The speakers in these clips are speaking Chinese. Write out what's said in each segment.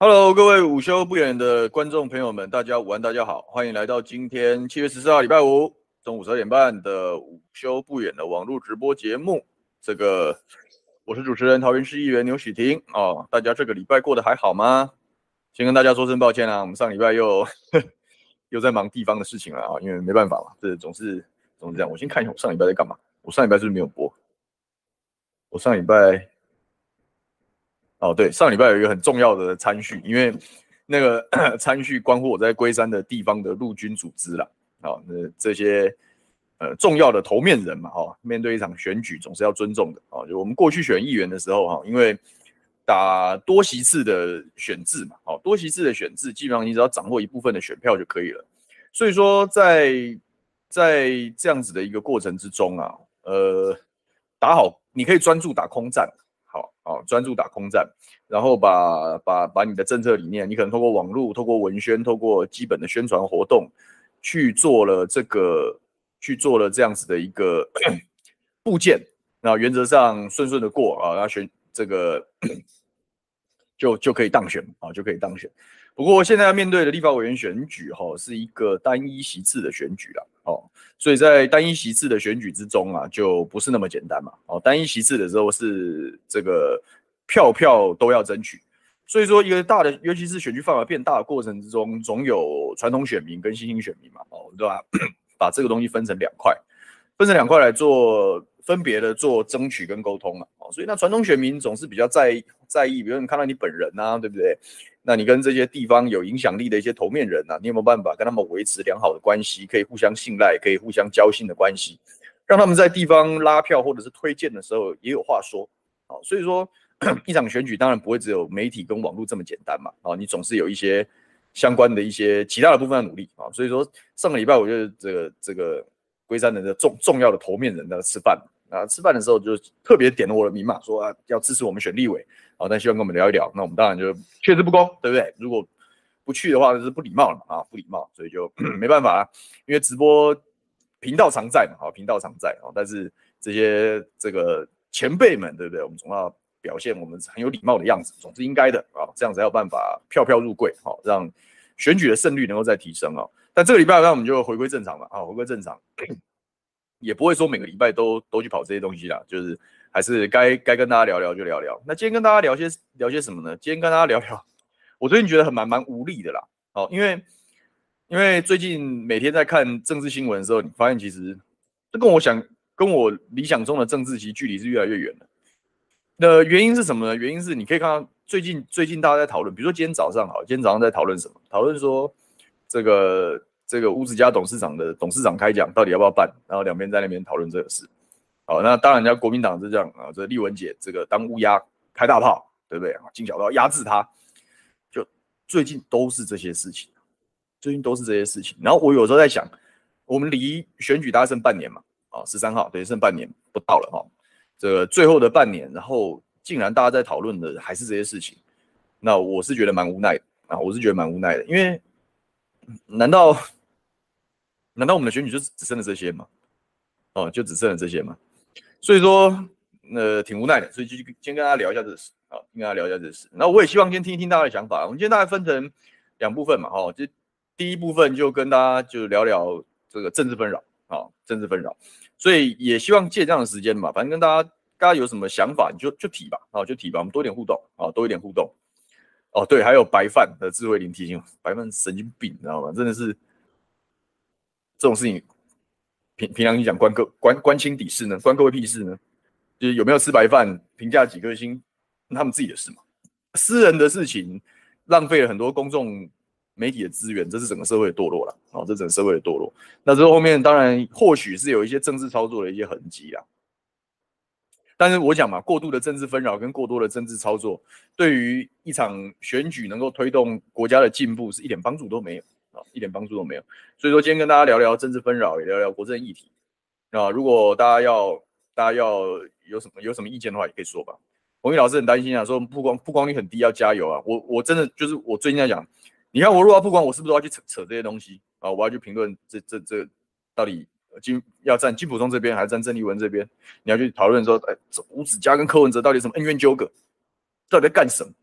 Hello，各位午休不远的观众朋友们，大家午安，大家好，欢迎来到今天7月14号礼拜五中午12点半的午休不远的网络直播节目。我是主持人桃园市议员牛许婷哦。大家这个礼拜过得还好吗？先跟大家说声抱歉啊，我们上礼拜又在忙地方的事情了啊，因为没办法嘛，这总是这样。我先看一下我上礼拜在干嘛。我上礼拜是不是没有播？我上礼拜。对，上礼拜有一个很重要的参叙，因为那个参叙关乎我在龟山的地方的陆军组织啦。这些重要的头面人嘛，面对一场选举总是要尊重的。就我们过去选议员的时候，因为打多席次的选制嘛，多席次的选制基本上你只要掌握一部分的选票就可以了。所以说在这样子的一个过程之中啊，打好你可以专注打空战。好，专注打空战，然后把你的政策理念，你可能透过网络、透过文宣、透过基本的宣传活动，去做了这样子的一个部件，那原则上顺的过啊，那选这个就可以当选啊，就可以当选。不过现在要面对的立法委员选举是一个单一席次的选举啦，所以在单一席次的选举之中啊，就不是那么简单嘛。单一席次的时候是这个票都要争取，所以说一个大的，尤其是选举范围变大的过程之中，总有传统选民跟新兴选民嘛，对吧？把这个东西分成两块来做，分别的做争取跟沟通嘛。所以那传统选民总是比较在意，比如你看到你本人啊，对不对？那你跟这些地方有影响力的一些头面人啊，你有没有办法跟他们维持良好的关系，可以互相信赖，可以互相交心的关系，让他们在地方拉票或者是推荐的时候也有话说。所以说一场选举当然不会只有媒体跟网络这么简单嘛，你总是有一些相关的一些其他的部分的努力。所以说上个礼拜我觉得这个龟山人的重要的头面人在吃饭。吃饭的时候就特别点了我的名嘛，说要支持我们选立委，但希望跟我们聊一聊。那我们当然就确实不公，对不对？如果不去的话，就是不礼貌了嘛，不礼貌，所以就没办法因为直播频道常在嘛，频道常在，但是这些这个前辈们，对不对？我们总要表现我们很有礼貌的样子，总是应该的这样才有办法票入柜，让选举的胜率能够再提升。但这个礼拜，那我们就回归正常嘛，回归正常。也不会说每个礼拜都去跑这些東西啦，就是还是该跟大家聊聊就聊聊。那今天跟大家聊些什么呢？今天跟大家聊聊，我最近觉得蛮无力的啦。因为最近每天在看政治新闻的时候，你发现其实这跟我理想中的政治其实距离是越来越远了。那原因是什么呢？原因是你可以看到最近大家在讨论，比如说今天早上在讨论什么？讨论说这个乌子家董事长开讲到底要不要办，然后两边在那边讨论这个事。那当然人家国民党是这样啊，这立文姐这个当乌鸦开大炮，对不对？金小刀压制他，就最近都是这些事情，然后我有时候在想，我们离选举大概剩半年嘛，13号对，剩半年不到了这个最后的半年，然后竟然大家在讨论的还是这些事情，那我是觉得蛮无奈的因为难道我们的选举就只剩了这些吗？就只剩了这些吗？所以说，挺无奈的。所以先跟大家聊一下这个事，那我也希望先听一听大家的想法。我们今天大概分成两部分嘛，就第一部分就跟大家就聊聊这个政治纷扰，所以也希望借这样的时间嘛，反正跟大家有什么想法你就提吧，就提吧，我们多一点互动，多一点互动。对，还有白饭的智慧林提醒我，白饭神经病，你知道吗？真的是这种事情，平常你讲关清底事呢，关各位屁事呢？就是有没有吃白饭，评价几颗星，他们自己的事嘛。私人的事情，浪费了很多公众媒体的资源，这是整个社会的堕落了。这整个社会的堕落。那这后面当然或许是有一些政治操作的一些痕迹啦。但是我讲嘛，过度的政治纷扰跟过多的政治操作，对于一场选举能够推动国家的进步是一点帮助都没有，所以说今天跟大家聊聊政治纷扰，也聊聊国政议题。如果大家要有什么意见的话，也可以说吧。洪毅老师很担心说曝光率很低，要加油啊！我真的就是我最近在讲，你看我如果要曝光，我是不是都要去扯这些东西啊？我要去评论这到底要站金溥聪这边还是站郑丽文这边？你要去讨论说，这吴子嘉跟柯文哲到底什么恩怨纠葛，到底在干什么？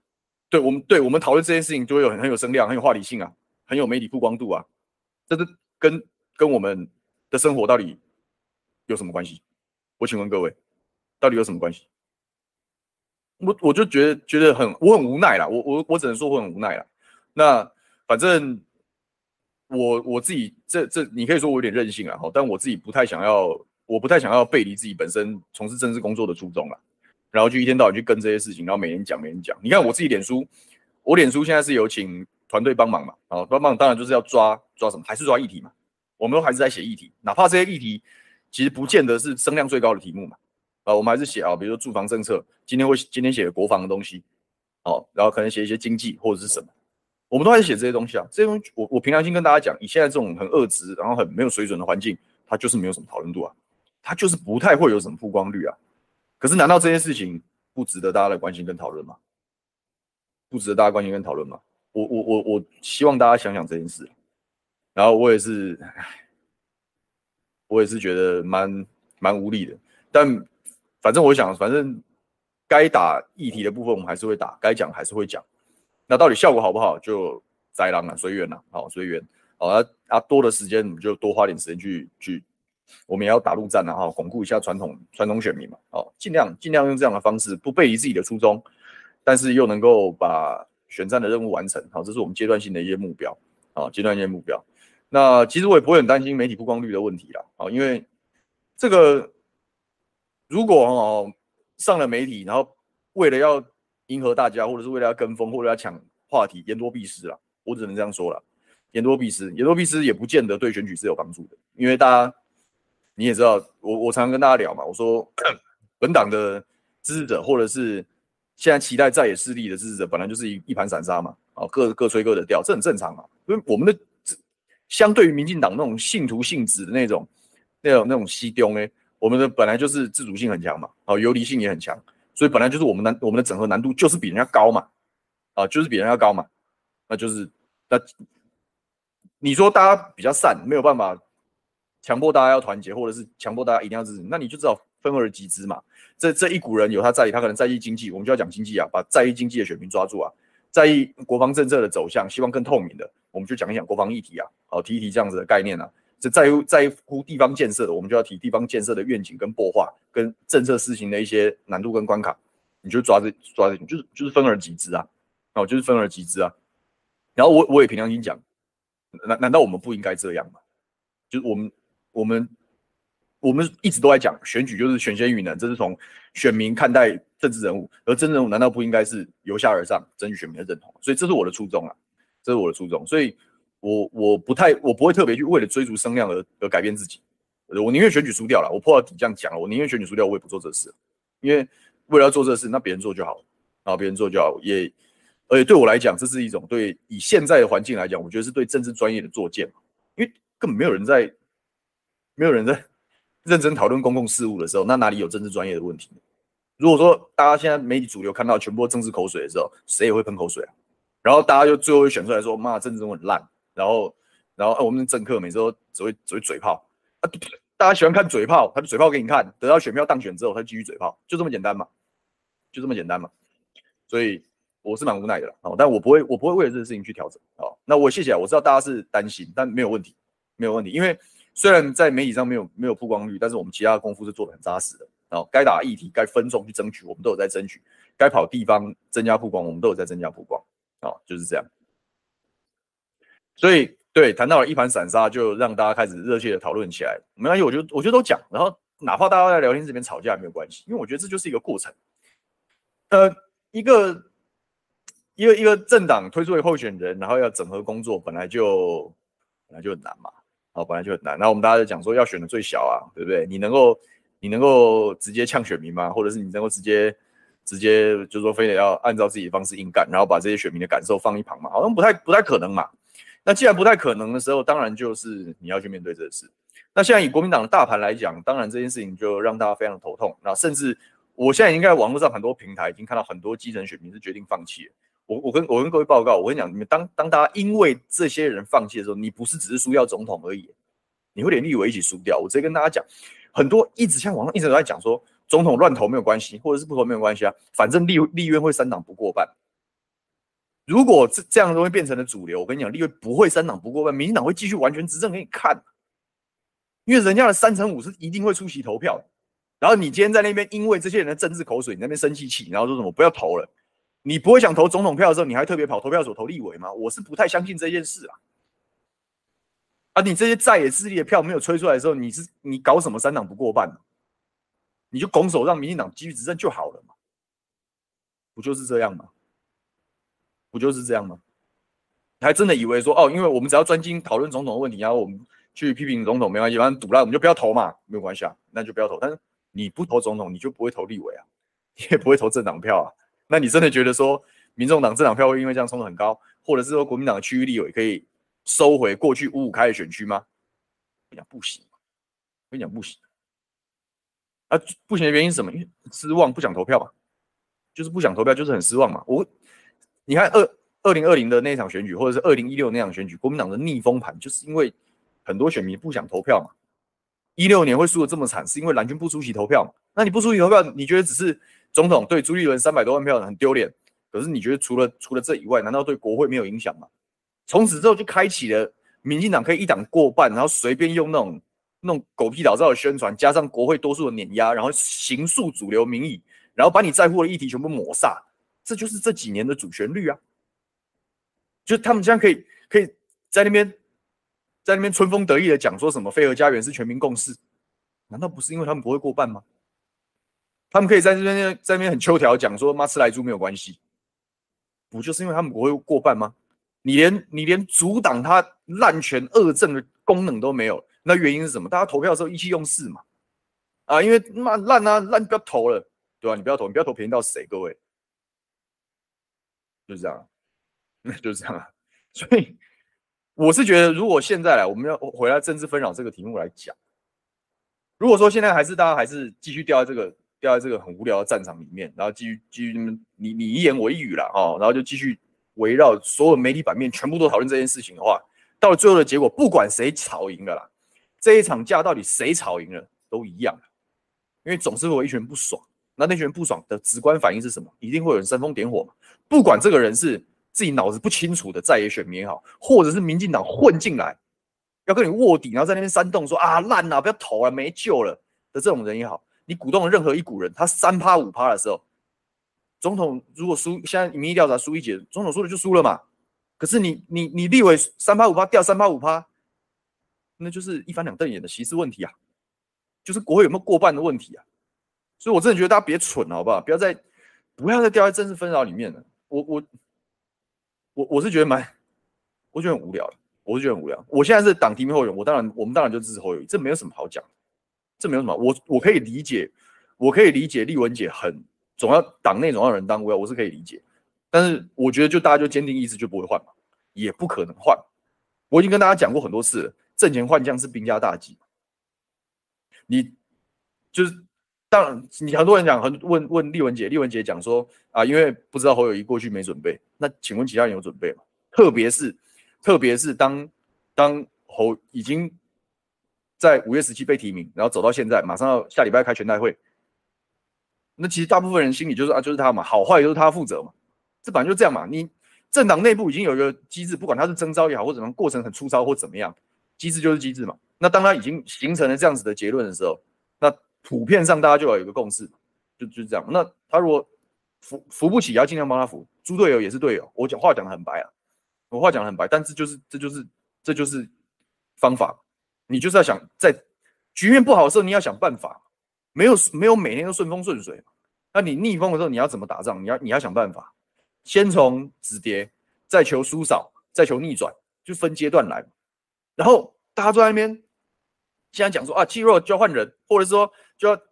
我们讨论这件事情就会很有声量，很有话题性啊，很有媒体曝光度啊。这是跟我们的生活到底有什么关系？我请问各位，到底有什么关系？我就觉得我很无奈啦，我只能说我很无奈啦。那反正我自己你可以说我有点任性啦，但我自己不太想要背离自己本身从事政治工作的初衷啦，然后就一天到晚去跟这些事情，然后每天讲。你看我自己我脸书现在是有请团队帮忙嘛，帮忙当然就是要抓什么，还是抓议题嘛，我们都还是在写议题，哪怕这些议题其实不见得是声量最高的题目嘛，我们还是写比如说住房政策，今天写国防的东西，然后可能写一些经济或者是什么。我们都还是写这些东西啊，这些东西我凭良心跟大家讲，以现在这种很恶质，然后很没有水准的环境，它就是没有什么讨论度啊，它就是不太会有什么曝光率啊。可是难道这件事情不值得大家来关心跟讨论吗？不值得大家关心跟讨论吗？我希望大家想想这件事。然后我也是觉得蛮无力的，但反正我想，反正该打议题的部分我们还是会打，该讲还是会讲。那到底效果好不好，就栽浪了，随缘啦，随缘。多的时间我们就多花点时间去，我们也要打陆战啊，巩固一下传统选民嘛，尽量用这样的方式，不背离自己的初衷，但是又能够把选战的任务完成，这是我们阶段性的一些目标，阶段性的目标。那其实我也不会很担心媒体曝光率的问题啦，因为这个如果上了媒体，然后为了要迎合大家，或者是为了要跟风，或者要抢话题，言多必失啦。我只能这样说啦，言多必失也不见得对选举是有帮助的，因为大家你也知道，我常常跟大家聊嘛，我说本党的支持者，或者是现在期待在野势力的支持者，本来就是一盘散沙嘛，各吹各的调，这很正常嘛，因为我们的相对于民进党那种信徒性质的那种西丢呢，我们的本来就是自主性很强嘛，游离性也很强，所以本来就是我们的整合难度就是比人家高嘛，就是比人家高嘛，那你说大家比较散，没有办法强迫大家要团结，或者是强迫大家一定要支持，那你就只好分而集之嘛。这一股人有他在意，他可能在意经济，我们就要讲经济啊，把在意经济的选民抓住啊，在意国防政策的走向，希望更透明的，我们就讲一讲国防议题啊，提一提这样子的概念啊。这在乎地方建设的，我们就要提地方建设的愿景跟擘画，跟政策施行的一些难度跟关卡，你就抓这就是分而集之啊，就是分而集之啊。然后我也凭良心讲，难道我们不应该这样吗？就是我们一直都在讲选举就是选贤与能，这是从选民看待政治人物，而政治人物难道不应该是由下而上争取选民的认同？所以这是我的初衷啊，这是我的初衷。所以我不会特别去为了追逐声量而改变自己，我宁愿选举输掉了，我破到底这样讲了，我宁愿选举输掉，我也不做这事，因为为了要做这事，那别人做就好了，然后别人做就好，而且对我来讲，这是一种以现在的环境来讲，我觉得是对政治专业的作践，因为根本没有人在认真讨论公共事务的时候，那哪里有政治专业的问题？如果说大家现在媒体主流看到全部政治口水的时候，谁也会喷口水啊。然后大家就最后会选出来说，妈，政治人物很烂。然后我们的政客每次都只会嘴炮啊，大家喜欢看嘴炮，他就嘴炮给你看，等到选票当选之后，他继续嘴炮，就这么简单嘛，就这么简单嘛。所以我是蛮无奈的啦，但我不会为了这个事情去调整。那我谢谢，我知道大家是担心，但没有问题，没有问题，因为虽然在媒体上没有曝光率，但是我们其他的功夫是做得很扎实的。该打议题、该分众去争取，我们都有在争取；该跑地方增加曝光，我们都有在增加曝光。就是这样。所以对谈到了一盘散沙，就让大家开始热切的讨论起来。没关系，我觉得都讲，然后哪怕大家在聊天这边吵架也没有关系，因为我觉得这就是一个过程。一个政党推出一个候选人，然后要整合工作，本来就很难嘛，本来就很难。然后我们大家就讲说要选的最小啊，对不对？你能够直接呛选民吗？或者是你能够直接就是说非得要按照自己的方式硬干，然后把这些选民的感受放一旁嘛？好像不太可能嘛。那既然不太可能的时候，当然就是你要去面对这个事。那现在以国民党的大盘来讲，当然这件事情就让大家非常头痛。那甚至我现在应该网络上很多平台已经看到很多基层选民是决定放弃了。我跟各位报告，我跟你讲，你们当大家因为这些人放弃的时候，你不是只是输掉总统而已，你会连立委一起输掉。我直接跟大家讲，很多像网上一直都在讲说，总统乱投没有关系，或者是不投没有关系啊，反正立院会3党不过半。 如果这样的东西变成了主流，我跟你讲，立委不会3党不过半，民进党会继续完全执政给你看，因为人家的3成5是一定会出席投票的。然后你今天在那边因为这些人的政治口水，你那边生气，然后说什么不要投了，你不会想投总统票的时候，你还特别跑投票所投立委吗？我是不太相信这件事啊。你这些在野势力的票没有吹出来的时候，你搞什么3党不过半呢？你就拱手让民进党继续执政就好了嘛，不就是这样吗？不就是这样吗？你还真的以为说因为我们只要专心讨论总统的问题，然后我们去批评总统没关系，反正赌烂我们就不要投嘛，没有关系啊，那就不要投。但是你不投总统，你就不会投立委啊，你也不会投政党票啊。那你真的觉得说民众党政党票会因为这样冲得很高，或者是说国民党的区域立委可以收回过去5-5开的选区吗？我跟你讲不行，我跟你讲不行。不行的原因是什么？因为失望，不想投票嘛，就是不想投票，就是很失望嘛。你看2020的那场选举，或者是2016那场选举，国民党的逆风盘，就是因为很多选民不想投票嘛。16年会输得这么惨，是因为蓝军不出席投票嘛？那你不出席投票，你觉得只是总统对朱立伦300多万票很丢脸？可是你觉得除了这以外，难道对国会没有影响吗？从此之后就开启了民进党可以一党过半，然后随便用那种狗屁倒灶的宣传，加上国会多数的碾压，然后形塑主流民意，然后把你在乎的议题全部抹煞，这就是这几年的主旋律啊！就他们这样可以在那边春风得意的讲说什么非核家园是全民共识，难道不是因为他们不会过半吗？他们可以在那边很秋条讲说妈吃来猪没有关系，不就是因为他们不会过半吗？你连阻挡他滥权恶政的功能都没有，那原因是什么？大家投票的时候意气用事嘛，因为妈烂啊烂不要投了，对吧？你不要投便宜到谁？各位，就是这样，就是这样。所以我是觉得，如果现在我们要回来政治纷扰这个题目来讲，如果说现在大家还是继续掉在这个很无聊的战场里面，然后继续你一言我一语啦，然后就继续围绕所有媒体版面全部都讨论这件事情的话，到了最后的结果，不管谁吵赢了啦，这一场架到底谁吵赢了都一样，因为总是会有一群人不爽，那群人不爽的直观反应是什么？一定会有人煽风点火嘛，不管这个人是自己脑子不清楚的在野选民也好，或者是民进党混进来要跟你卧底，然后在那边煽动说烂啊不要投了没救了的这种人也好，你鼓动了任何一股人，他3%、5%的时候，总统如果输，现在民意调查输一截，总统输了就输了嘛。可是你立委3%、5%掉3%、5%，那就是一翻两瞪眼的歧视问题啊，就是国会有没有过半的问题啊。所以我真的觉得大家别蠢了，好不好？不要再掉在政治纷扰里面了。我是觉得我觉得很无聊了。我是觉得很无聊。我现在是党提名候选人，我们当然就支持侯友宜，这没有什么好讲，这没有什么。我可以理解，丽文姐总要党内总要有人当，我是可以理解。但是我觉得大家就坚定意志就不会换嘛，也不可能换。我已经跟大家讲过很多次了，阵前换将是兵家大忌。你就是当然，你很多人讲问丽文姐讲说因为不知道侯友宜过去没准备，那请问其他人有准备吗？特别是当侯已经在5月17被提名，然后走到现在，马上要下礼拜开全代会，那其实大部分人心里就是就是他嘛，好坏都是他负责嘛，这本来就这样嘛。你政党内部已经有一个机制，不管他是征召也好，或者过程很粗糙或怎么样，机制就是机制嘛。那当他已经形成了这样子的结论的时候，那普遍上大家就有一个共识，就这样。那他如果扶不起，要尽量帮他扶。猪队友也是队友，我话讲得很白啊，我话讲得很白，但这就是方法。你就是要想在局面不好的时候，你要想办法，没有每天都顺风顺水。那你逆风的时候，你要怎么打仗？你要想办法，先从止跌，再求输少，再求逆转，就分阶段来。然后大家坐在那边，现在讲说气弱就要换人，或者说就要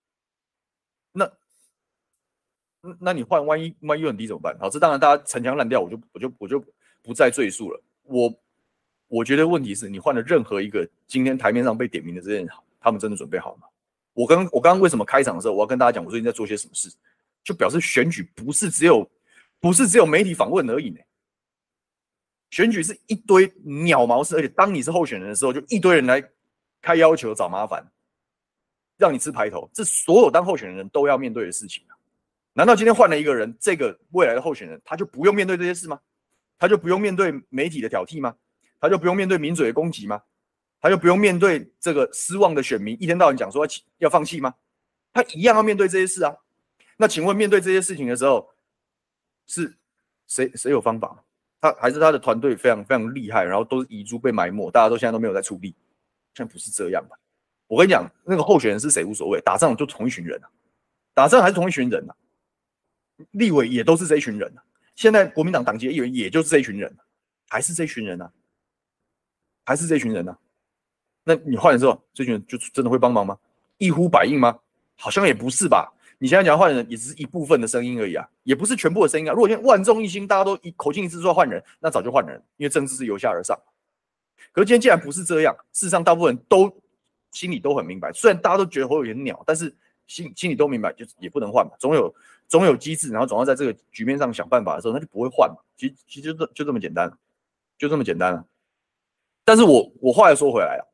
那你换，万一很低怎么办？好，这当然大家陈腔滥调，我就不再赘述了。我觉得问题是你换了任何一个今天台面上被点名的这些人，他们真的准备好吗？我刚刚为什么开场的时候我要跟大家讲我最近在做些什么事，就表示选举不是只有媒体访问而已呢。选举是一堆鸟毛事，而且当你是候选人的时候，就一堆人来开要求找麻烦，让你吃排头，这所有当候选人都要面对的事情啊。难道今天换了一个人，这个未来的候选人他就不用面对这些事吗？ 他就不用面对媒体的挑剔吗？他就不用面对名嘴的攻击吗？他就不用面对这个失望的选民一天到晚讲说要放弃吗？他一样要面对这些事啊。那请问面对这些事情的时候，是谁有方法？他还是他的团队非常非常厉害，然后都是遗珠被埋没，大家都现在都没有在处理，现在不是这样吧？我跟你讲，那个候选人是谁无所谓，打仗就同一群人啊，打仗还是同一群人啊，立委也都是这一群人啊，现在国民党党籍议员也就是这一群人，还是这一群人啊，还是这一群人啊。那你换了之后，这群人就真的会帮忙吗？一呼百应吗？好像也不是吧。你现在讲换人，也只是一部分的声音而已啊，也不是全部的声音啊。如果现在万众一心，大家都口径一致说换人，那早就换人，因为政治是由下而上。可是今天既然不是这样，事实上大部分人都心里都很明白，虽然大家都觉得侯友宜鸟，但是心里都明白，就是也不能换嘛，总有机制，然后总要在这个局面上想办法的时候，那就不会换嘛。其实就这么简单，就这么简单啊。但是我话又说回来了，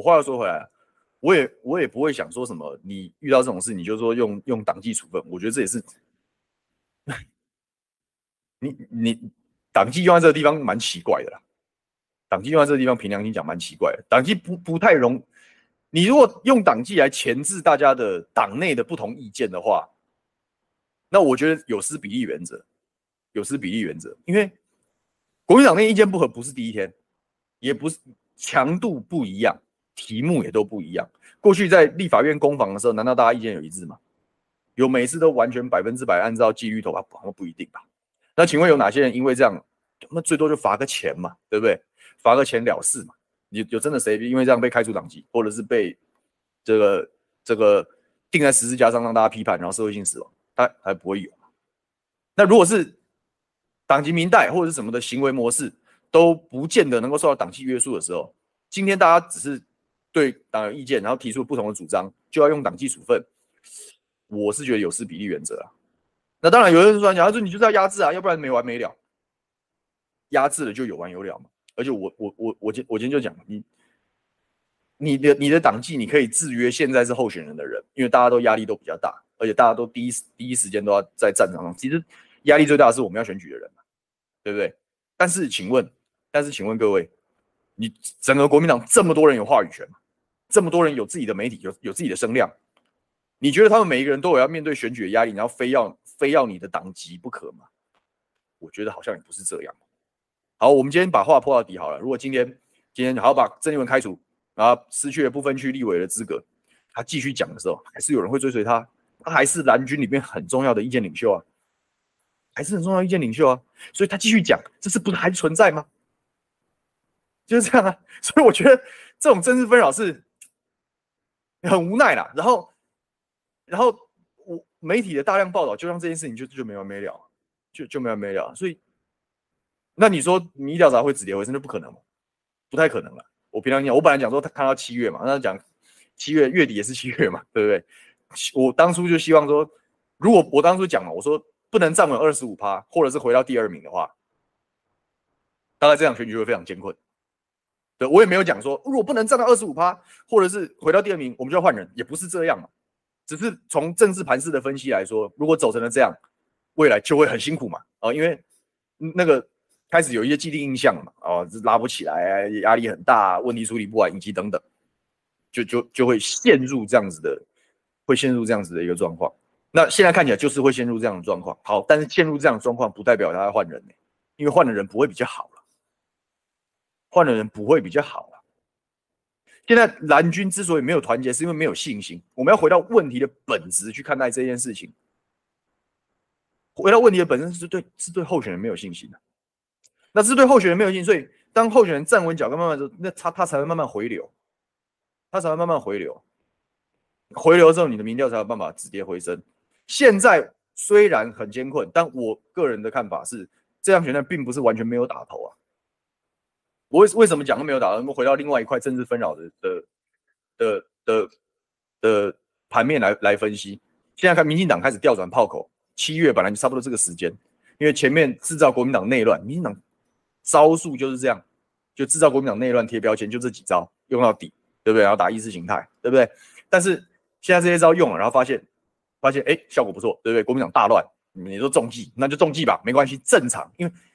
我也不会想说什么，你遇到这种事，你就说用党纪处分，我觉得这也是你党纪用在这个地方蛮奇怪的啦。党纪用在这个地方，凭良心讲蛮奇怪的。党纪不太容，你如果用党纪来钳制大家的党内的不同意见的话，那我觉得有失比例原则，因为国民党内意见不合不是第一天，也不是强度不一样，题目也都不一样。过去在立法院攻防的时候，难道大家意见有一致吗？有每次都完全100%按照纪律投吧？不一定吧？那请问有哪些人因为这样，那最多就罚个钱嘛，对不对？罚个钱了事嘛。有真的谁因为这样被开除党籍，或者是被这个钉在十字架上让大家批判，然后社会性死亡？他还不会有。那如果是党籍民代或者是什么的行为模式都不见得能够受到党纪约束的时候，今天大家只是对党有意见，然后提出不同的主张，就要用党纪处分，我是觉得有失比例原则啊。那当然有人说讲，他说你就是要压制啊，要不然没完没了。压制了就有完有了嘛。而且我今天就讲，你的党纪你可以制约现在是候选人的人，因为大家都压力都比较大，而且大家都第一时间都要在战场上。其实压力最大的是我们要选举的人嘛，对不对？但是请问各位，你整个国民党这么多人有话语权，这么多人有自己的媒体，有自己的声量，你觉得他们每一个人都有要面对选举的压力，然后非要你的党籍不可吗？我觉得好像也不是这样。好，我们今天把话泼到底好了。如果今天好把郑丽文开除，然后失去了不分区立委的资格，他继续讲的时候，还是有人会追随他，他还是蓝军里面很重要的意见领袖啊，所以他继续讲，这是不是还存在吗？就是这样啊。所以我觉得这种政治纷扰是很无奈啦。然后媒体的大量报道，就让这件事情就没完没了，就没完没了。所以，那你说民意调查会止跌回升，就不可能吗？不太可能了。我平常讲，我本来讲说他看到7月嘛，那讲7月月底也是7月嘛，对不对？我当初就希望说，如果我当初讲嘛，我说不能站稳25%，或者是回到第2名的话，大概这场选举会非常艰困。对，我也没有讲说，如果不能站到25%，或者是回到第2名，我们就要换人，也不是这样嘛。只是从政治盘势的分析来说，如果走成了这样，未来就会很辛苦嘛。因为那个开始有一些既定印象嘛，拉不起来，压力很大，问题处理不完，以及等等，就会陷入这样子的一个状况。那现在看起来就是会陷入这样的状况。好，但是陷入这样的状况不代表他要换人，因为换的人不会比较好了，现在蓝军之所以没有团结，是因为没有信心。我们要回到问题的本质去看待这件事情。回到问题的本身是对候选人没有信心的。那是对候选人没有信心，所以当候选人站稳脚跟，慢慢的，那他才会慢慢回流，回流之后，你的民调才有办法止跌回升。现在虽然很艰困，但我个人的看法是，这场选战并不是完全没有打头啊。我为什么讲没有打头？我们回到另外一块政治纷扰的盘面来分析。现在看民进党开始调转炮口，7月本来就差不多这个时间，因为前面制造国民党内乱，民进党招数就是这样，就制造国民党内乱贴标签，就这几招用到底，对不对？然后打意识形态，对不对？但是现在这些招用了，然后发现效果不错，对不对？国民党大乱，你说中计，那就中计吧，没关系，正常，因为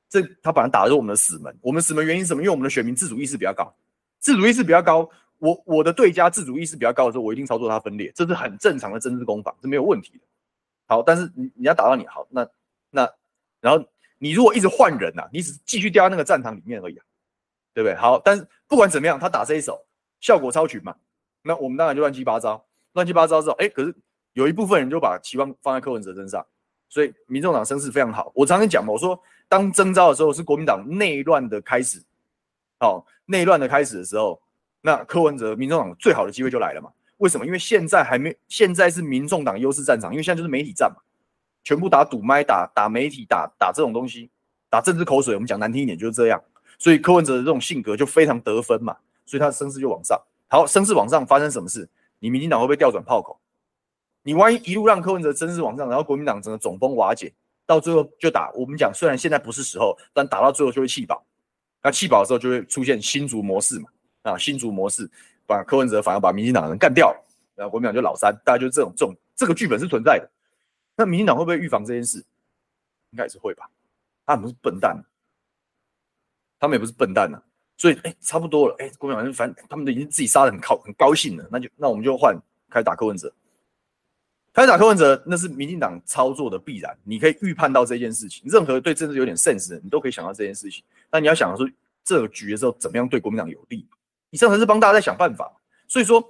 他本来打的是我们的死门。我们死门原因是什么？因为我们的选民自主意识比较高，我的对家自主意识比较高的时候，我一定操作他分裂，这是很正常的政治攻防，这没有问题的。好，但是你要打到你好，然后你如果一直换人啊，你只继续掉在那个战场里面而已啊，对不对？好，但是不管怎么样，他打这一手效果超群嘛，那我们当然就乱七八糟之后，可是有一部分人就把期望放在柯文哲身上，所以民众党声势非常好。我常常讲嘛，我说当征召的时候是国民党内乱的开始，内乱的开始的时候，那柯文哲民众党最好的机会就来了嘛。为什么？因为现在是民众党优势战场，因为现在就是媒体战嘛，全部打赌麦、打媒体、打这种东西，打政治口水。我们讲难听一点就是这样，所以柯文哲的这种性格就非常得分嘛，所以他的声势就往上。好，声势往上发生什么事？你民进党会不会调转炮口？你万一一路让柯文哲声势往上，然后国民党整个总崩瓦解，到最后就打。我们讲虽然现在不是时候，但打到最后就会气饱。那气饱的时候就会出现新竹模式嘛，新竹模式把柯文哲反而把民进党人干掉了，然后国民党就老三，大概就是这个剧本是存在的。那民进党会不会预防这件事？应该也是会吧，他们不是笨蛋，他们也不是笨蛋啊，所以差不多了，国民党反正他们都已经自己杀得很高兴了，那我们就开始打柯文哲。开始打柯文哲，那是民进党操作的必然，你可以预判到这件事情。任何对政治有点 sense 的，你都可以想到这件事情。但你要想说这个局的时候，怎么样对国民党有利？以上才是帮大家在想办法。所以说，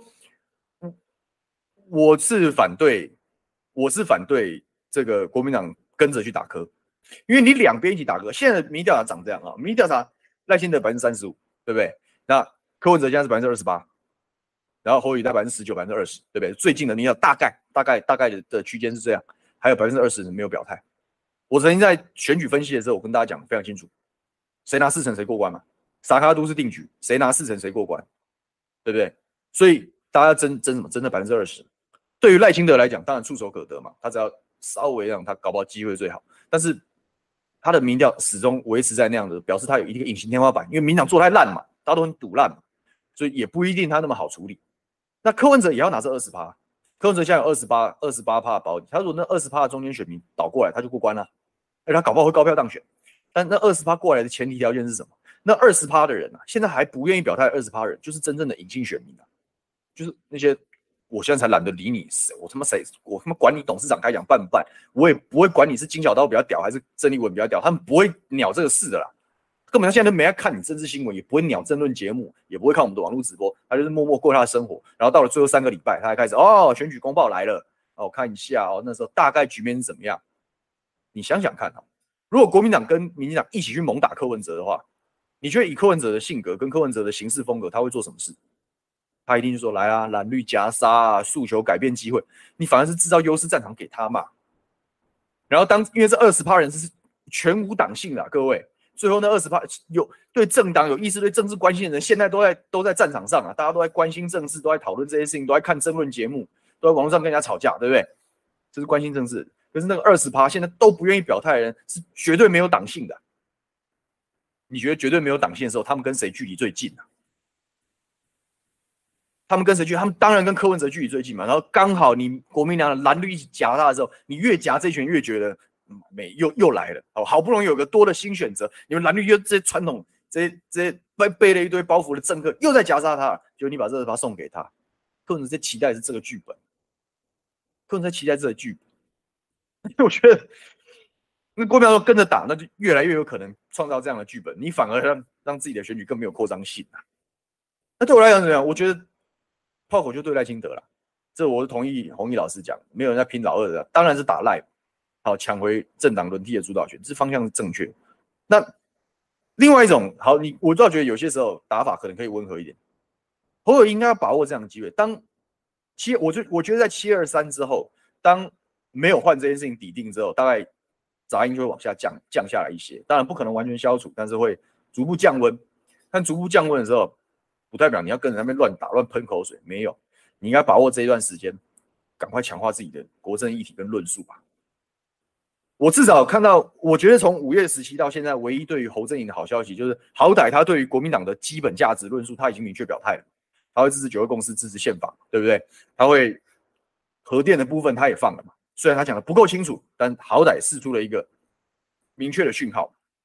我是反对这个国民党跟着去打柯，因为你两边一起打柯。现在的民意调查长这样啊，民意调查赖清德35%，对不对？那柯文哲现在是28%。然后侯友宜在19%、20%，对不对？最近的民调大概的区间是这样，还有20%人没有表态。我曾经在选举分析的时候，我跟大家讲非常清楚，谁拿4成谁过关嘛，萨卡都是定局，谁拿4成谁过关，对不对？所以大家争什么？争那20%。对于赖清德来讲，当然触手可得嘛，他只要稍微让他搞不好机会最好。但是他的民调始终维持在那样的，表示他有一个隐形天花板，因为民党做太烂嘛，大家都很赌烂嘛，所以也不一定他那么好处理。那柯文哲也要拿这20%，柯文哲现在有28%保底，他如果那20%的中间选民倒过来，他就过关了，他搞不好会高票当选。但那20%过来的前提条件是什么？那20%的人啊，现在还不愿意表态的20%人，就是真正的隐性选民啊，就是那些我现在才懒得理你，我他妈管你董事长该讲办不办，我也不会管你是金小刀比较屌还是郑丽文比较屌，他们不会鸟这个事的啦。根本他现在都没在看你政治新闻，也不会鸟政论节目，也不会看我们的网络直播，他就是默默过他的生活。然后到了最后3个礼拜，他才开始选举公报来了，我看一下那时候大概局面是怎么样。你想想看如果国民党跟民进党一起去猛打柯文哲的话，你觉得以柯文哲的性格跟柯文哲的行事风格，他会做什么事？他一定就说来啊，蓝绿夹杀啊，诉求改变机会，你反而是制造优势战场给他嘛。然后因为这20%人是全无党性的各位。最后那20%有对政党有意识、对政治关心的人，现在都在战场上啊，大家都在关心政治，都在讨论这些事情，都在看争论节目，都在网络上跟人家吵架，对不对？这是关心政治。可是那个20%现在都不愿意表态的人，是绝对没有党性的。你觉得绝对没有党性的时候，他们跟谁距离最近啊？他们跟谁距离？他们当然跟柯文哲距离最近嘛。然后刚好你国民党的蓝绿一起夹他的时候，你越夹这群越觉得。又来了，好不容易有个多的新选择，你们蓝绿又这些传统这些背了一堆包袱的政客又在夹杀他了，结果你把这20%送给他，柯文哲在期待是这个剧本，柯文哲在期待这个剧本，我觉得那国民党跟着打，那就越来越有可能创造这样的剧本，你反而让自己的选举更没有扩张性啊。那对我来讲怎么样？我觉得炮口就对赖清德了，这我是同意弘毅老师讲，没有人在拼老二的，当然是打赖。好，抢回政党轮替的主导权，这方向是正确。那另外一种，好，我倒觉得有些时候打法可能可以温和一点。侯友宜应该要把握这样的机会。我觉得在723之后，当没有换这件事情底定之后，大概杂音就会往下降下来一些。当然不可能完全消除，但是会逐步降温。但逐步降温的时候，不代表你要跟人那边乱打乱喷口水，没有。你应该把握这一段时间，赶快强化自己的国政议题跟论述吧。我至少看到，我觉得从5月17到现在，唯一对于侯阵营的好消息，就是好歹他对于国民党的基本价值论述，他已经明确表态了，他会支持9二共识，支持宪法，对不对？他会核电的部分他也放了嘛，虽然他讲的不够清楚，但好歹释出了一个明确的讯号。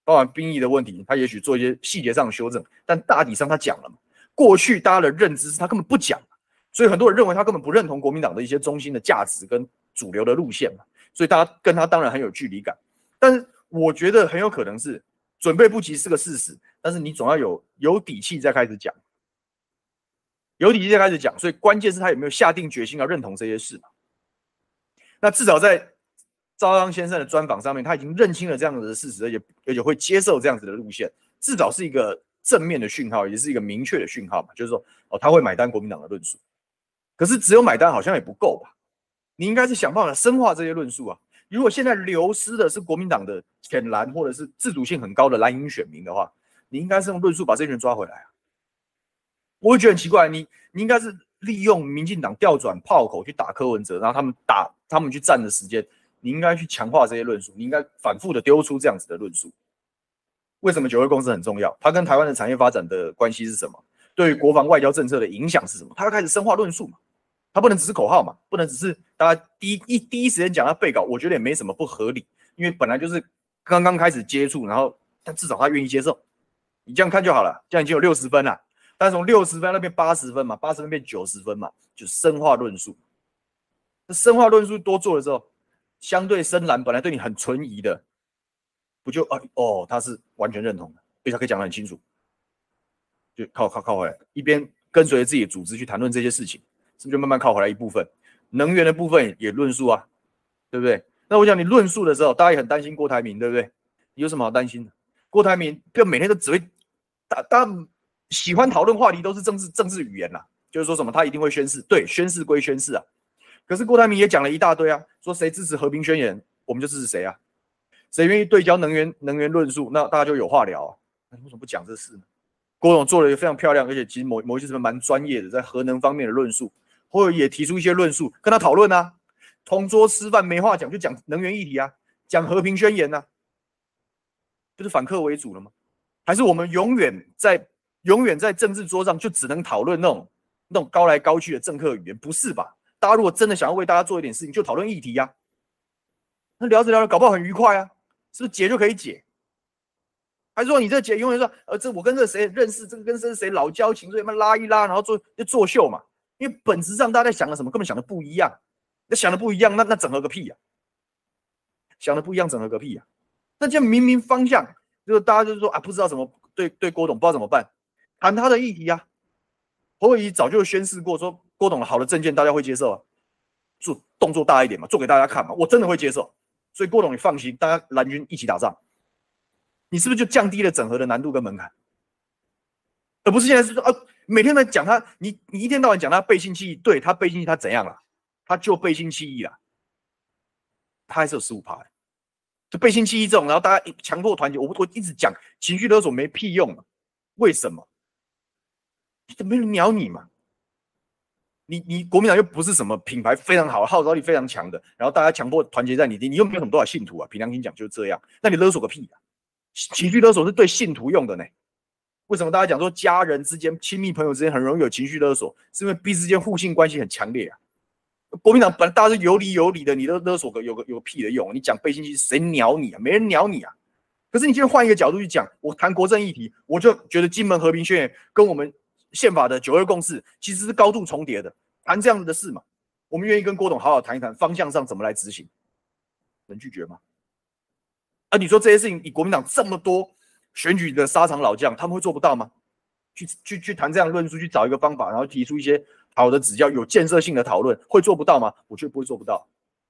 包含兵役的问题，他也许做一些细节上的修正，但大体上他讲了嘛。过去大家的认知是他根本不讲，所以很多人认为他根本不认同国民党的一些中心的价值跟主流的路线嘛，所以大家跟他当然很有距离感。但是我觉得很有可能是准备不及是个事实，但是你总要有底气再开始讲，有底气再开始讲，所以关键是他有没有下定决心要认同这些事嘛。那至少在赵刚先生的专访上面，他已经认清了这样子的事实，而且会接受这样子的路线，至少是一个正面的讯号，也是一个明确的讯号嘛，就是说他会买单国民党的论述。可是只有买单好像也不够吧？你应该是想办法深化这些论述啊。如果现在流失的是国民党的浅蓝或者是自主性很高的蓝营选民的话，你应该是用论述把这群人抓回来啊。我会觉得很奇怪，你应该是利用民进党调转炮口去打柯文哲，然后他们去占的时间，你应该去强化这些论述，你应该反复的丢出这样子的论述。为什么9二共识很重要？它跟台湾的产业发展的关系是什么？对于国防外交政策的影响是什么？他要开始深化论述嘛。他不能只是口号嘛，不能只是大家第一时间讲他背稿，我觉得也没什么不合理，因为本来就是刚刚开始接触，然后但至少他愿意接受，你这样看就好了，这样已经有60分了，但是从60分那变80分嘛，80分变90分嘛，就深化论述。那深化论述多做了之后，相对深蓝本来对你很存疑的，不就他是完全认同的，所以他可以讲得很清楚，就靠回来，一边跟随着自己的组织去谈论这些事情。是不是就慢慢靠回来一部分？能源的部分也论述啊，对不对？那我讲你论述的时候，大家也很担心郭台铭，对不对？你有什么好担心的？郭台铭就每天都只会，大家喜欢讨论话题都是政治语言啦，就是说什么他一定会宣誓，对，宣誓归宣誓啊。可是郭台铭也讲了一大堆啊，说谁支持和平宣言，我们就支持谁啊。谁愿意对焦能源论述，那大家就有话聊啊。那为什么不讲这事呢？郭董做了一个非常漂亮，而且其实某一些什么蛮专业的，在核能方面的论述。或者也提出一些论述，跟他讨论啊，同桌吃饭没话讲，就讲能源议题啊，讲和平宣言啊，不是反客为主了吗？还是我们永远在政治桌上就只能讨论那种高来高去的政客语言？不是吧？大家如果真的想要为大家做一点事情，就讨论议题啊。那聊着聊着，搞不好很愉快啊，是不是解就可以解？还是说你这解永远说，这我跟这谁认识，这个跟这谁老交情，所以拉一拉，然后作秀嘛？因为本质上大家在想的什么，根本想的不一样。那想的不一样，那整合个屁呀！想的不一样，整合个屁呀！那这样明明方向，就大家就是说啊，不知道怎么对郭董不知道怎么办，谈他的议题啊。侯友宜早就宣示过，说郭董的好的政见大家会接受啊，做动作大一点嘛，做给大家看嘛，我真的会接受。所以郭董你放心，大家蓝军一起打仗，你是不是就降低了整合的难度跟门槛？而不是现在是说每天在讲他，你一天到晚讲他背信弃义，对他背信弃义他怎样了？他就背信弃义了，他还是有15%的，就背信弃义这种，然后大家强迫团结，我一直讲情绪勒索没屁用嘛？为什么？没人鸟你嘛？你国民党又不是什么品牌非常好、号召力非常强的，然后大家强迫团结在你又没有什么多少信徒啊？凭良心讲就是这样，那你勒索个屁啊！情绪勒索是对信徒用的呢。为什么大家讲说家人之间、亲密朋友之间很容易有情绪勒索？是因为彼此之间互信关系很强烈啊。国民党本来大家是有理有理的，你勒索有个屁的用？你讲背信弃义，谁鸟你啊？没人鸟你啊！可是你今天换一个角度去讲，我谈国政议题，我就觉得金门和平宣言跟我们宪法的9二共识其实是高度重叠的，谈这样子的事嘛，我们愿意跟郭董好好谈一谈方向上怎么来执行，能拒绝吗？你说这些事情，以国民党这么多选举的沙场老将，他们会做不到吗？去谈这样论述，去找一个方法，然后提出一些好的指教、有建设性的讨论，会做不到吗？我觉得不会做不到，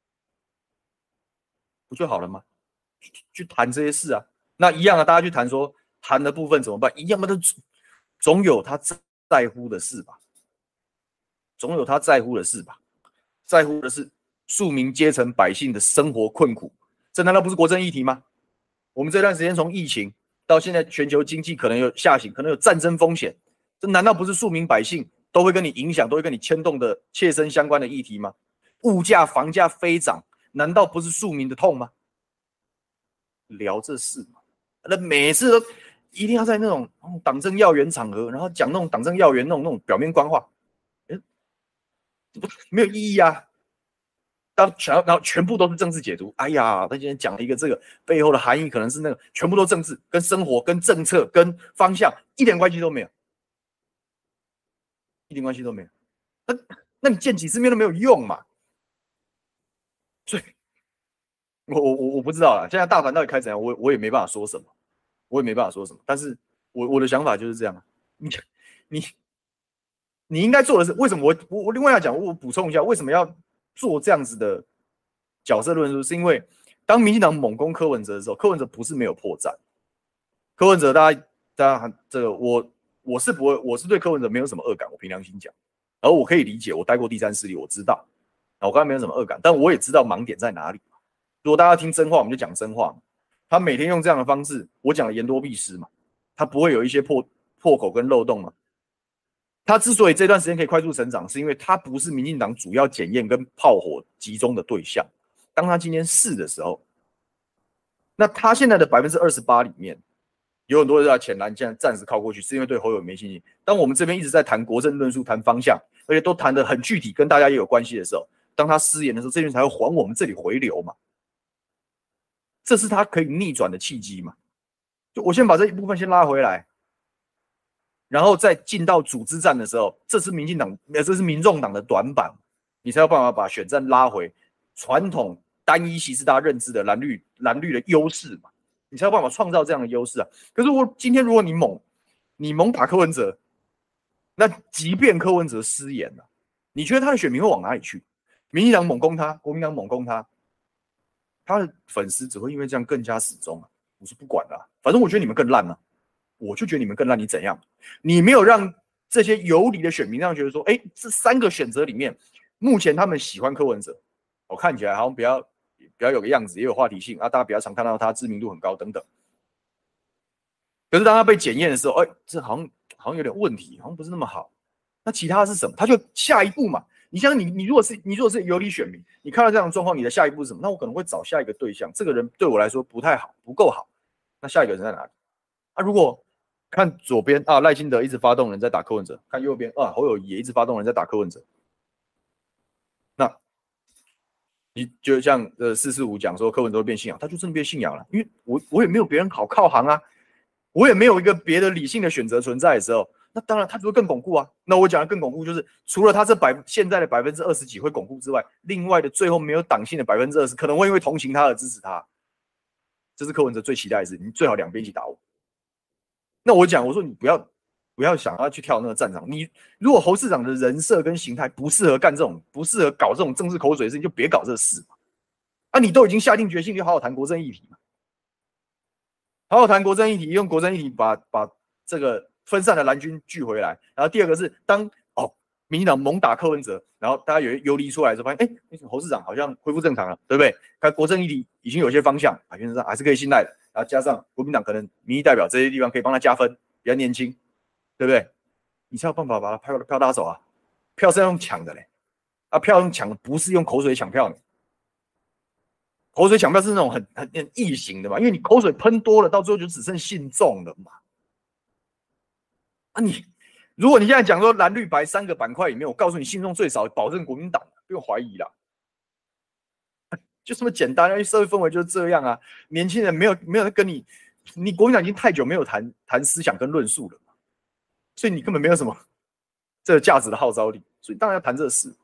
不就好了吗？去谈这些事啊，那一样啊，大家去谈说谈的部分怎么办？一样的，总有他在乎的事吧，总有他在乎的事吧，在乎的是庶民阶层百姓的生活困苦，这难道不是国政议题吗？我们这段时间从疫情到现在全球经济可能有下行，可能有战争风险，这难道不是庶民百姓都会跟你影响、都会跟你牵动的切身相关的议题吗？物价、房价飞涨，难道不是庶民的痛吗？聊这事嘛，那每次都一定要在那种党政要员场合，然后讲那种党政要员那种表面官话，没有意义啊。 然后全部都是政治解读。哎呀，他今天讲了一个这个背后的含义，可能是那个，全部都政治，跟生活、跟政策、跟方向一点关系都没有，一点关系都没有。那你见几次面都没有用嘛。所以我不知道啦，现在大盘到底开怎样，我也没办法说什么，我也没办法说什么。但是我的想法就是这样，你你应该做的是，为什么我另外要讲，我补充一下，为什么要做这样子的角色论述，是因为当民进党猛攻柯文哲的时候，柯文哲不是没有破绽。柯文哲大家这个我是不会，我是对柯文哲没有什么恶感，我凭良心讲，然后我可以理解，我待过第三势力，我知道，我刚才没有什么恶感，但我也知道盲点在哪里。如果大家听真话，我们就讲真话嘛。他每天用这样的方式，我讲的言多必失嘛，他不会有一些破口跟漏洞嘛。他之所以这段时间可以快速成长，是因为他不是民进党主要检验跟炮火集中的对象。当他今天是的时候，那他现在的28%里面，有很多人在浅蓝现在暂时靠过去，是因为对侯友宜没信心。当我们这边一直在谈国政论述、谈方向，而且都谈得很具体，跟大家也有关系的时候，当他失言的时候，这群才会还我们这里回流嘛。这是他可以逆转的契机嘛。就我先把这一部分先拉回来。然后再进到组织战的时候，这是民进党，这是民众党的短板，你才有办法把选战拉回传统单一席次大家认知的蓝绿的优势嘛，你才有办法创造这样的优势啊。可是今天如果你猛打柯文哲，那即便柯文哲失言了，你觉得他的选民会往哪里去？民进党猛攻他，国民党猛攻他，他的粉丝只会因为这样更加死忠啊。我是不管的、啊，反正我觉得你们更烂啊。我就觉得你们更烂，你怎样？你没有让这些游离的选民让觉得说，哎，这3个选择里面，目前他们喜欢柯文哲，我看起来好像比较有个样子，也有话题性啊，大家比较常看到他知名度很高等等。可是当他被检验的时候，哎，这好像有点问题，好像不是那么好。那其他是什么？他就下一步嘛。你像你如果是游离选民，你看到这样的状况，你的下一步是什么？那我可能会找下一个对象，这个人对我来说不太好，不够好。那下一个人在哪里？啊，如果看左边啊，赖清德一直发动人在打柯文哲；看右边啊，侯友宜也一直发动人在打柯文哲。那你就像445讲说柯文哲会变信仰，他就真的变信仰了，因为我也没有别人好靠行啊，我也没有一个别的理性的选择存在的时候，那当然他就会更巩固啊。那我讲的更巩固，就是除了他现在的20%几会巩固之外，另外的最后没有党性的20%，可能会因为同情他而支持他。这是柯文哲最期待的事，你最好两边一起打我。那我说你不要想要去跳那个战场。你如果侯市长的人设跟形态不适合干这种，不适合搞这种政治口水的事情，就别搞这事嘛。啊，你都已经下定决心，就好好谈国政议题嘛。好好谈国政议题，用国政议题把这个分散的蓝军聚回来。然后第二个是当民进党猛打柯文哲，然后大家游离出来的时候，发现侯市长好像恢复正常了，对不对？看国政议题已经有些方向，原则上还是可以信赖的。然后加上国民党可能民意代表这些地方可以帮他加分，比较年轻，对不对？你才有办法把他票打走啊！票是要用抢的嘞，啊，票用抢的不是用口水抢票的。口水抢票是那种很异形的嘛，因为你口水喷多了，到最后就只剩信众了嘛。啊，如果你现在讲说蓝绿白3个板块里面，我告诉你信众最少，保证国民党，不用怀疑啦。就这么简单，因为社会氛围就是这样啊。年轻人没有人跟你国民党已经太久没有谈思想跟论述了，所以你根本没有什么这个价值的号召力，所以当然要谈这事。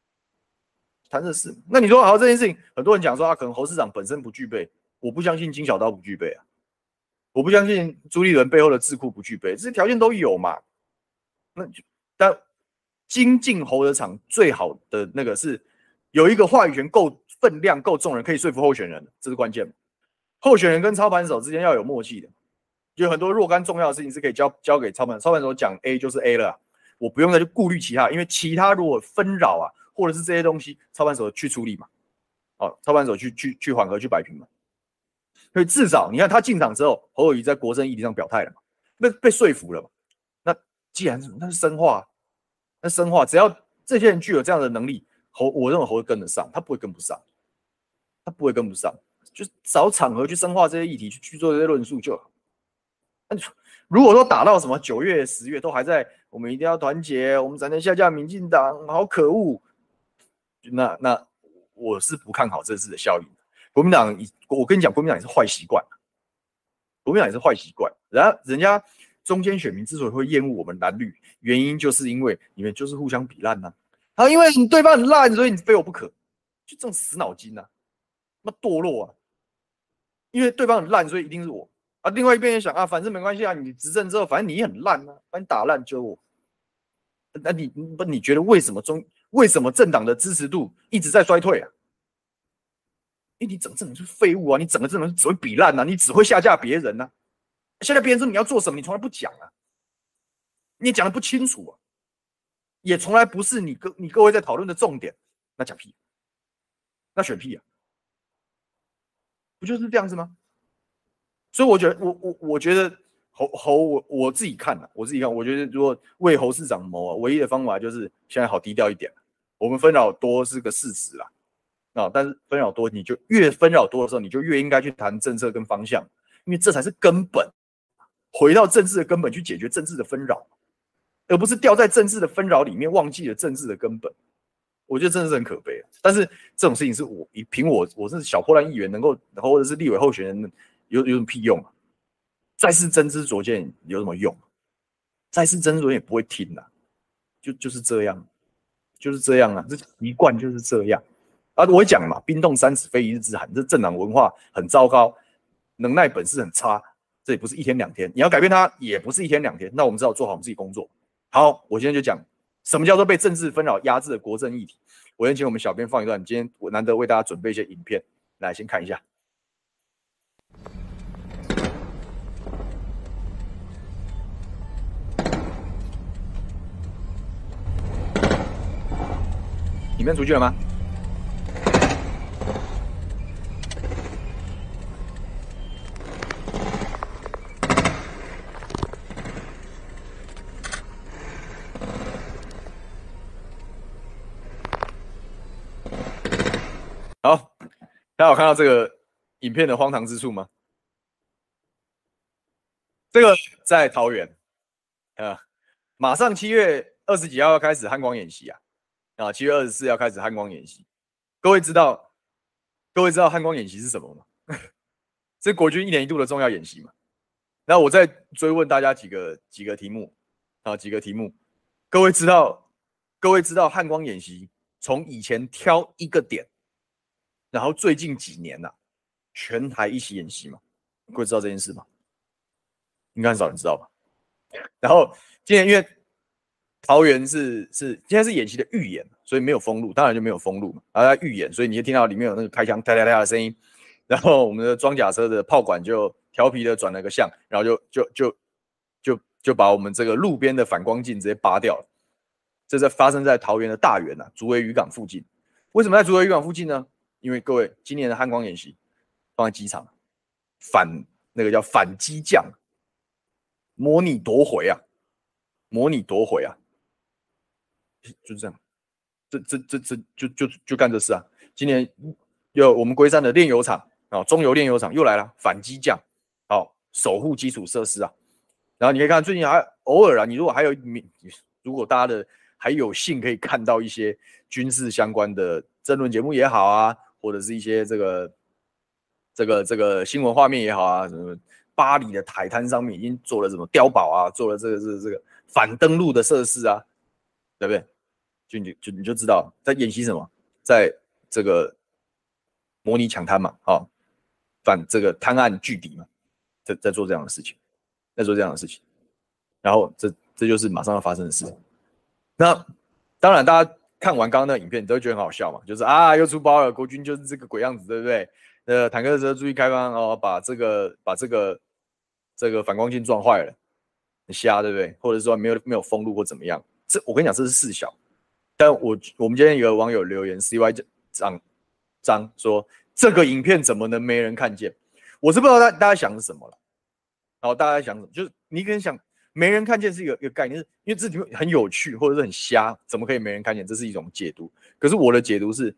那你说好这件事情，很多人讲说可能侯市长本身不具备，我不相信金小刀不具备啊，我不相信朱立伦背后的智库不具备，这些条件都有嘛。但精进侯的场最好的那个是有一个话语权够分量够重人，可以说服候选人，这是关键。候选人跟操盘手之间要有默契的，有很多若干重要的事情是可以交给操盘手讲 A 就是 A 了、我不用再去顾虑其他，因为其他如果纷扰啊，或者是这些东西，操盘手去处理嘛，操盘手去缓和去摆平嘛。所以至少你看他进场之后，侯友宜在国政议题上表态了嘛，被说服了嘛。那既然那是深化，只要这些人具有这样的能力，我认为侯会跟得上，他不会跟不上，就找场合去深化这些议题，去做这些论述就好。如果说打到什么9月、10月都还在，我们一定要团结，我们才能下架民进党，好可恶。那我是不看好这次的效应。国民党，我跟你讲，国民党也是坏习惯，国民党也是坏习惯。人家中间选民之所以会厌恶我们蓝绿，原因就是因为你们就是互相比烂呐。啊，因为你对方很烂，所以你非我不可，就这种死脑筋呐，那堕落啊！因为对方很烂，所以一定是我啊。另外一边也想啊，反正没关系啊，你执政之后，反正你也很烂啊，把你打烂就我。那你觉得为什么政党的支持度一直在衰退啊？因为你整个政党就是废物啊，你整个政党只会比烂啊，你只会下架别人啊。下架别人说你要做什么，你从来不讲啊，你也讲的不清楚啊，也从来不是你各位在讨论的重点。那讲屁，那选屁啊，不就是这样子吗？所以我觉得，我觉得我自己看啊，我觉得如果为侯市长谋啊，唯一的方法就是现在好低调一点。我们纷扰多是个事实啦，但是纷扰多，你就越纷扰多的时候，你就越应该去谈政策跟方向，因为这才是根本。回到政治的根本去解决政治的纷扰，而不是掉在政治的纷扰里面，忘记了政治的根本。我觉得真的是很可悲。但是这种事情是凭我是小破烂议员能够，或者是立委候选人有什么屁用啊？再次真知灼见有什么用？再次真知灼见也不会听啊，就是这样，就是这样啊，这习惯就是这样啊。我讲嘛，冰冻三尺非一日之寒，这政党文化很糟糕，能耐本事很差。这也不是一天两天，你要改变它也不是一天两天。那我们只好做好我们自己工作。好，我今天就讲什么叫做被政治纷扰压制的国政议题。我先请我们小编放一段，今天我难得为大家准备一些影片，来先看一下。影片出去了吗？好，大家有看到这个影片的荒唐之处吗？这个在桃园，马上7月20几号要开始汉光演习啊，7月24要开始汉光演习。各位知道汉光演习是什么吗？是国军1年1度的重要演习嘛？那我再追问大家几个题目啊，几个题目。各位知道汉光演习从以前挑一个点，然后最近几年全台一起演习吗？各位知道这件事吗？应该很少人知道吧？然后今年因为桃园是现在是演习的预演，所以没有封路，当然就没有封路嘛。然后预演，所以你就听到里面有那个开枪哒哒哒的声音，然后我们的装甲车的炮管就调皮的转了个向，然后就把我们这个路边的反光镜直接拔掉了。这是发生在桃园的大园竹围渔港附近。为什么在竹围渔港附近呢？因为各位今年的汉光演习放在机场，那个叫反机降，模拟夺回啊，就这样，就干这事啊。今年有我们龟山的炼油厂中油炼油厂又来了，反机降，守护基础设施啊。然后你可以看最近还偶尔你如果大家还有幸可以看到一些军事相关的政论节目也好啊，或者是一些这个新闻画面也好啊，什么巴黎的海滩上面已经做了什么碉堡啊，做了这个反登陆的设施啊，对不对？你就知道在演习什么，在这个模拟抢滩嘛，反这个滩岸拒敌嘛，在做这样的事情，然后这就是马上要发生的事。那当然，大家看完刚刚那个影片，你都会觉得很好笑嘛，就是又出包了，国军就是这个鬼样子，对不对？坦克车注意开放把这个反光镜撞坏了，很瞎，对不对？或者说没有封路或怎么样？我跟你讲，这是事小。但我们今天有个网友留言 ，CY 张说这个影片怎么能没人看见？我是不知道大家想是什么了。然后大家想什么？就是你可能想没人看见是一个概念，因为这题目很有趣或者是很瞎，怎么可以没人看见？这是一种解读。可是我的解读是，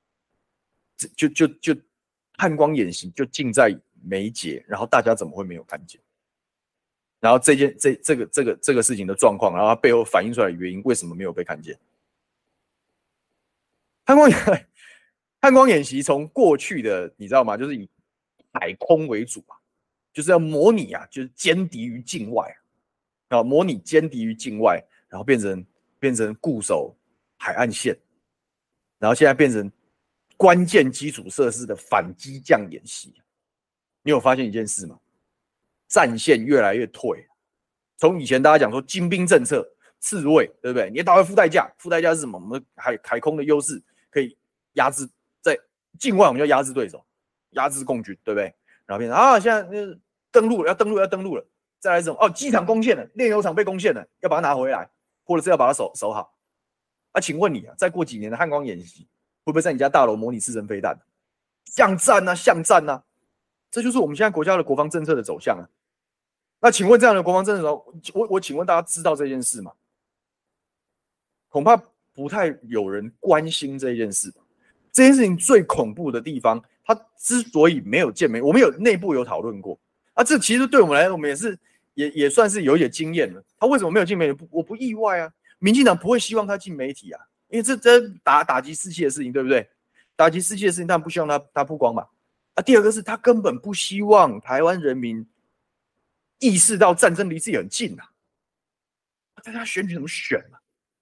就汉光演习就尽在眉睫，然后大家怎么会没有看见？然后这个事情的状况，然后它背后反映出来的原因，为什么没有被看见？ 汉光演习从过去的你知道吗？就是以海空为主啊，就是要模拟啊，就是歼敌于境外啊，模拟歼敌于境外，然后变成固守海岸线，然后现在变成关键基础设施的反击降演习。你有发现一件事吗？战线越来越退。从以前大家讲说精兵政策、刺猬，对不对？你要打回附带价，附带价是什么？我们海空的优势可以压制，在境外我们就压制对手，压制共军，对不对？然后变成啊，现在登陆要登陆了，再来这种哦，机场攻陷了，炼油厂被攻陷了，要把它拿回来，或者是要把它守好。啊，请问你啊，再过几年的汉光演习，会不会在你家大楼模拟刺针飞弹？巷战啊，巷战啊，这就是我们现在国家的国防政策的走向啊。那请问这样的国防政策，我请问大家知道这件事吗？恐怕不太有人关心这件事吧。这件事情最恐怖的地方，它之所以没有见面，我们有内部有讨论过啊。这其实对我们来说，我们也算是有一点经验了。他为什么没有进媒体？我不意外啊。民进党不会希望他进媒体啊，因为这打击士气的事情，对不对？打击士气的事情，当然不希望他曝光嘛。啊，第二个是他根本不希望台湾人民意识到战争离自己很近啊，大家选举怎么选啊？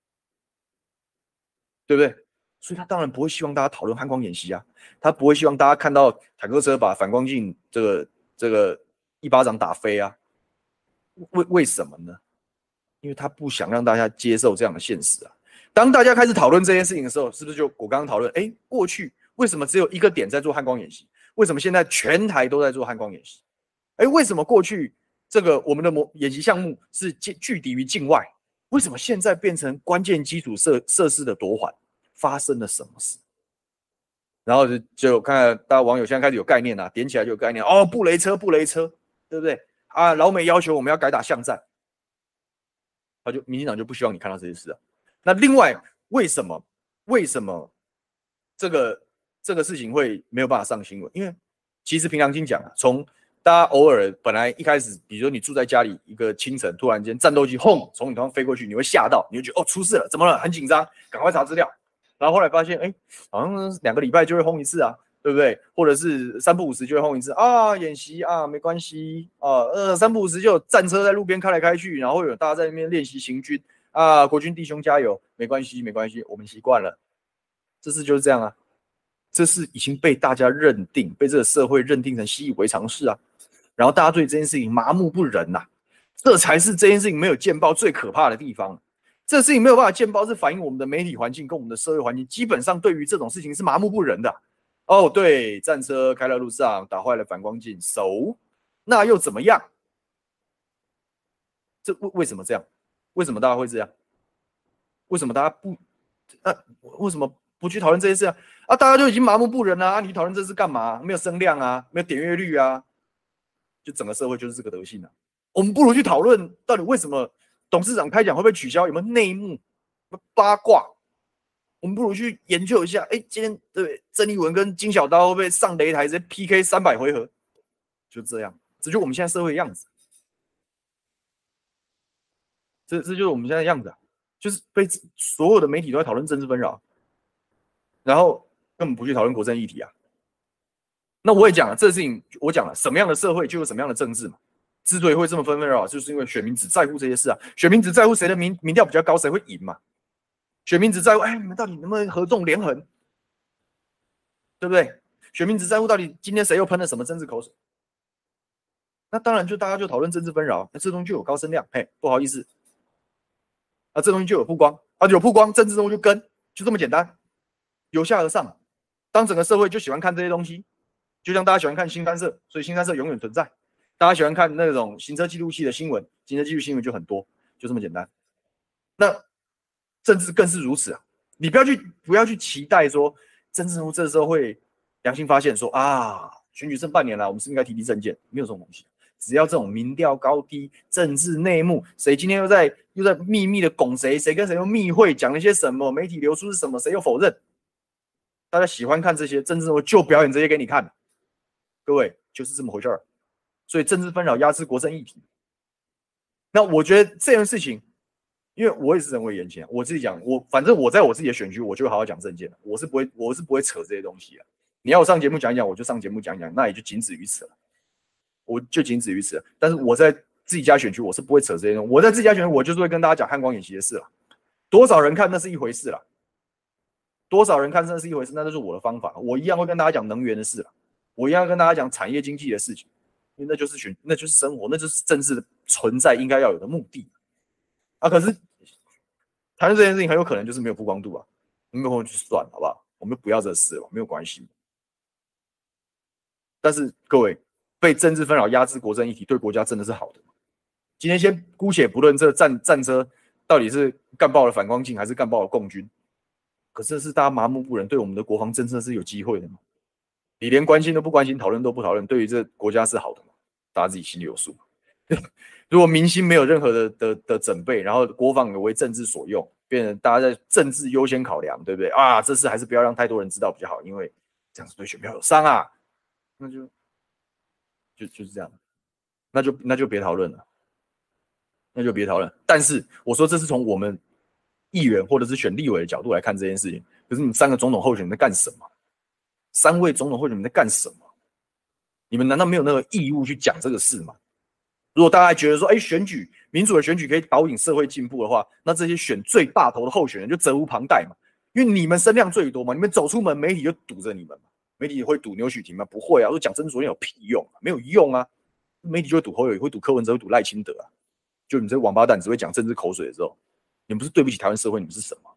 对不对？所以他当然不会希望大家讨论汉光演习啊，他不会希望大家看到坦克车把反光镜这个一巴掌打飞啊。为什么呢？因为他不想让大家接受这样的现实啊。当大家开始讨论这件事情的时候，是不是就我刚刚讨论？过去为什么只有一个点在做汉光演习？为什么现在全台都在做汉光演习？为什么过去这个我们的演习项目是拒敌于境外？为什么现在变成关键基础设施的夺还？发生了什么事？然后就看大家网友现在开始有概念啊，点起来就有概念哦，布雷车，对不对啊？老美要求我们要改打巷战，民进党就不希望你看到这些事啊。那另外为什么这个事情会没有办法上新闻？因为其实凭良心讲啊，从大家偶尔本来一开始，比如说你住在家里，一个清晨突然间战斗机轰从你头上飞过去，你会吓到，你会觉得哦出事了，怎么了？很紧张，赶快查资料。然后后来发现，好像2个礼拜就会轰一次啊，对不对？或者是3不5时就会轰一次啊，演习啊，没关系啊，3不5时就有战车在路边开来开去，然后有大家在那边练习行军啊，国军弟兄加油，没关系，我们习惯了，这事就是这样啊。这是已经被大家认定，被这个社会认定成习以为常事啊。然后大家对这件事情麻木不仁啊，这才是这件事情没有见报最可怕的地方。这事情没有办法见报，是反映我们的媒体环境跟我们的社会环境，基本上对于这种事情是麻木不仁的。哦，对，战车开到路上，打坏了反光镜，那又怎么样？这为什么这样？为什么大家会这样？为什么大家不？为什么不去讨论这些事啊？大家就已经麻木不仁啊！你讨论这事干嘛？没有声量啊，没有点阅率啊，就整个社会就是这个德性啊。我们不如去讨论到底为什么董事长开讲会不会取消，有没有内幕、八卦？我们不如去研究一下，今天对郑丽文跟金小刀会不会上擂台直接 PK 300回合？就这样，这就是我们现在社会的样子。这就是我们现在的样子啊，就是被所有的媒体都在讨论政治纷扰。然后根本不去讨论国政议题啊。那我也讲了，这事情我讲了，什么样的社会就有什么样的政治嘛。之所以会这么纷纷扰扰，就是因为选民只在乎这些事啊。选民只在乎谁的民调比较高，谁会赢嘛。选民只在乎，你们到底能不能合纵连横，对不对？选民只在乎到底今天谁又喷了什么政治口水。那当然就大家就讨论政治纷扰，那这东西就有高声量，不好意思，这东西就有曝光，有曝光，政治人物就跟，就这么简单。由下而上，当整个社会就喜欢看这些东西，就像大家喜欢看新三社，所以新三社永远存在。大家喜欢看那种行车记录器的新闻，行车记录新闻就很多，就这么简单。那政治更是如此啊！你不要去期待说，政治人物这时候会良心发现说选举剩半年了，我们是不是应该提政见？没有这种东西。只要这种民调高低、政治内幕，谁今天又在秘密的拱谁，谁跟谁又密会，讲了些什么，媒体流出是什么，谁又否认？大家喜欢看这些政治人物就表演这些给你看，各位就是这么回事儿。所以政治纷扰压制国政议题，那我觉得这件事情因为我也是人为言轻，我自己讲，反正我在我自己的选区，我就会好好讲政见，我是不会扯这些东西啊。你要我上节目讲一讲，我就上节目讲一讲，那也就仅止于此了，我就仅止于此了。但是我在自己家选区，我是不会扯这些东西。我在自己家选区，我就是会跟大家讲汉光演习的事了。多少人看那是一回事啦，多少人看那是一回事，那就是我的方法。我一样会跟大家讲能源的事了，我一样跟大家讲产业经济的事情，因为那就是生活，那就是政治的存在应该要有的目的啊。可是谈论这件事情很有可能就是没有曝光度啊，没有曝光就算了，好不好？我们不要这事了，没有关系。但是各位，被政治纷扰压制国政议题，对国家真的是好的吗？今天先姑且不论这战车到底是干爆了反光镜还是干爆了共军，可是是大家麻木不仁，对我们的国防政策是有机会的吗？你连关心都不关心，讨论都不讨论，对于这国家是好的吗？大家自己心里有数。如果民心没有任何的准备，然后国防为政治所用，变成大家在政治优先考量，对不对啊？这事还是不要让太多人知道比较好，因为这样子对选票有伤啊。那就是这样，那就别讨论了，那就别讨论。但是我说这是从我们议员或者是选立委的角度来看这件事情。可是你们3个总统候选人在干什么？3位总统候选人在干什么？你们难道没有那个义务去讲这个事吗？如果大家觉得说，选举民主的选举可以导引社会进步的话，那这些选最大头的候选人就责无旁贷嘛，因为你们声量最多嘛，你们走出门，媒体就堵着你们嘛。媒体会堵牛许婷吗？不会啊，说讲真昨天有屁用啊，没有用啊。媒体就会堵侯友宜，会堵柯文哲，会堵赖清德啊。就你这王八蛋只会讲政治口水的时候，你们不是对不起台湾社会，你们是什么？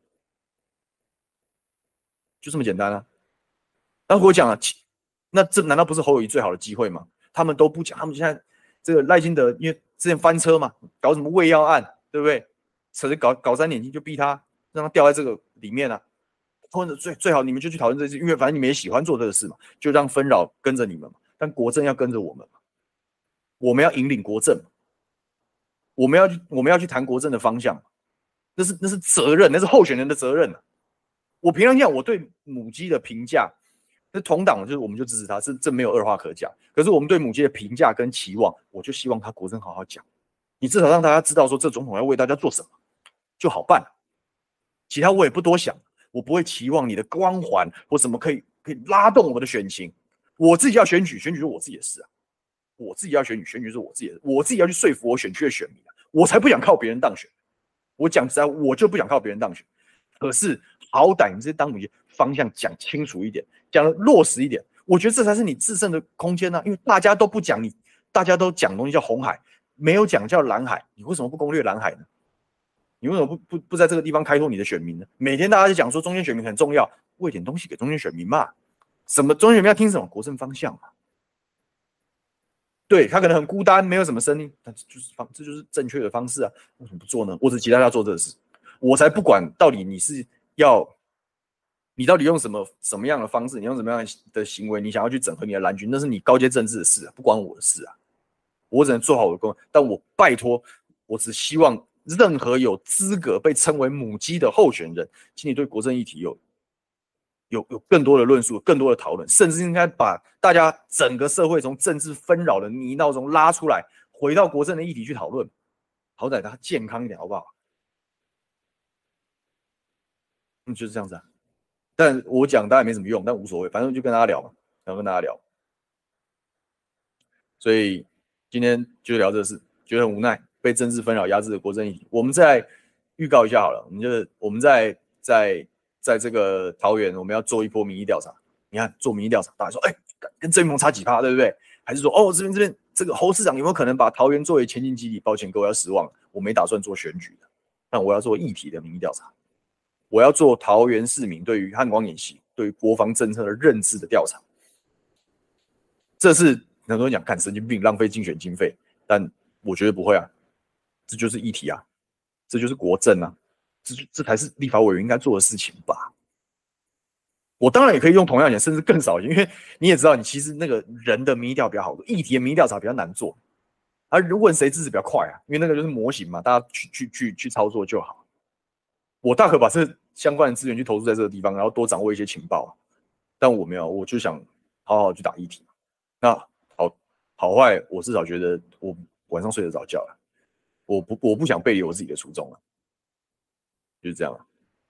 就这么简单啊。那我讲了，那这难道不是侯友宜最好的机会吗？他们都不讲，他们现在这个赖清德因为之前翻车嘛，搞什么胃药案，对不对？扯着搞3点金就逼他，让他掉在这个里面啊。或者最好你们就去讨论这事，因为反正你们也喜欢做这个事嘛，就让纷扰跟着你们嘛。但国政要跟着我们嘛，我们要引领国政，我们要去谈国政的方向，那是责任，那是候选人的责任啊。我平常讲我对母鸡的评价，那同党就是我们就支持他，这没有二话可讲。可是我们对母鸡的评价跟期望，我就希望他国政好好讲，你至少让大家知道说这总统要为大家做什么，就好办。其他我也不多想，我不会期望你的光环或什么可以拉动我的选情。我自己要选举，选举是我自己的事啊。我自己要选举，选举是我自己的，我自己要去说服我选区的选民啊。我才不想靠别人当选。我讲实在，我就不想靠别人当选。可是好歹你这些当母鸡方向讲清楚一点，讲的落实一点，我觉得这才是你制胜的空间啊。因为大家都不讲你，大家都讲东西叫红海，没有讲叫蓝海，你为什么不攻略蓝海呢？你为什么不在这个地方开拓你的选民呢？每天大家就讲说中间选民很重要，喂点东西给中间选民嘛。什么中间选民要听什么？国政方向嘛。对，他可能很孤单，没有什么声音，但这就是正确的方式啊。为什么不做呢？我只期待他做这个事，我才不管到底你到底用什么样的方式，你用什么样的行为，你想要去整合你的蓝军，那是你高阶政治的事啊，不关我的事啊。我只能做好我的工作，但我拜托，我只希望任何有资格被称为母鸡的候选人，请你对国政议题有更多的论述，更多的讨论，甚至应该把大家整个社会从政治纷扰的泥淖中拉出来，回到国政的议题去讨论，好歹他健康一点，好不好？就是这样子啊。但我讲当然没什么用，但无所谓，反正就跟大家聊嘛，然后跟大家聊。所以今天就聊这事，觉得很无奈，被政治纷扰压制的国政议题。我们再预告一下好了，我们在这个桃园，我们要做一波民意调查。你看做民意调查，大家说，跟郑运鹏差几趴，对不对？还是说，这边这个侯市长有没有可能把桃园作为前进基地？抱歉，各位要失望了，我没打算做选举的，但我要做议题的民意调查，我要做桃园市民对于汉光演习、对于国防政策的认知的调查。这是很多人讲看神经病，浪费竞选经费，但我觉得不会啊，这就是议题啊，这就是国政啊，这才是立法委员应该做的事情吧。我当然也可以用同样钱，甚至更少，因为你也知道，你其实那个人的民意调比较好，议题的民意调查比较难做，而问谁支持比较快啊，因为那个就是模型嘛，大家去操作就好。我大可把这相关的资源去投注在这个地方，然后多掌握一些情报，但我没有，我就想好好去打议题。那好坏，我至少觉得我晚上睡得着觉了，我不想背离我自己的初衷了。 就是这样啊。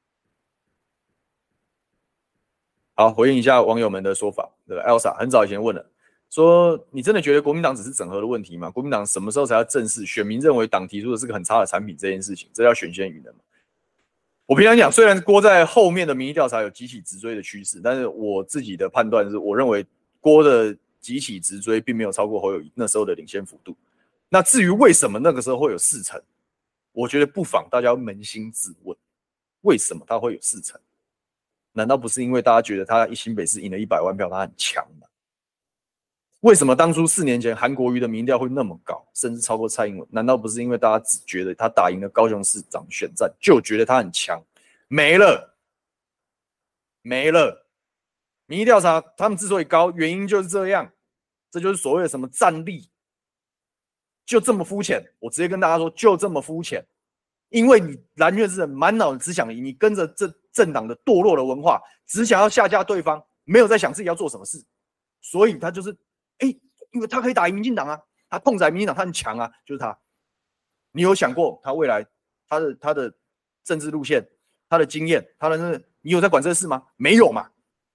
好，回应一下网友们的说法。这个 Elsa 很早以前问了，说你真的觉得国民党只是整合的问题吗？国民党什么时候才要正视选民认为党提出的是个很差的产品这件事情？这叫选先于能吗？我平常讲，虽然郭在后面的民意调查有急起直追的趋势，但是我自己的判断是，我认为郭的急起直追并没有超过侯友宜那时候的领先幅度。那至于为什么那个时候会有4成，我觉得不妨大家扪心自问，为什么他会有4成？难道不是因为大家觉得他新北市赢了100万票，他很强吗？为什么当初4年前韩国瑜的民调会那么高，甚至超过蔡英文？难道不是因为大家只觉得他打赢了高雄市长选战，就觉得他很强？没了，没了。民意调查他们之所以高，原因就是这样，这就是所谓的什么战力，就这么肤浅。我直接跟大家说，就这么肤浅。因为你蓝月之人满脑子只想赢，你跟着这政党的堕落的文化，只想要下架对方，没有在想自己要做什么事，所以他就是，因为他可以打赢民进党啊，他痛宰民进党，他很强啊，就是他。你有想过他未来他的政治路线、他的经验、他的那个，你有在管这事吗？没有嘛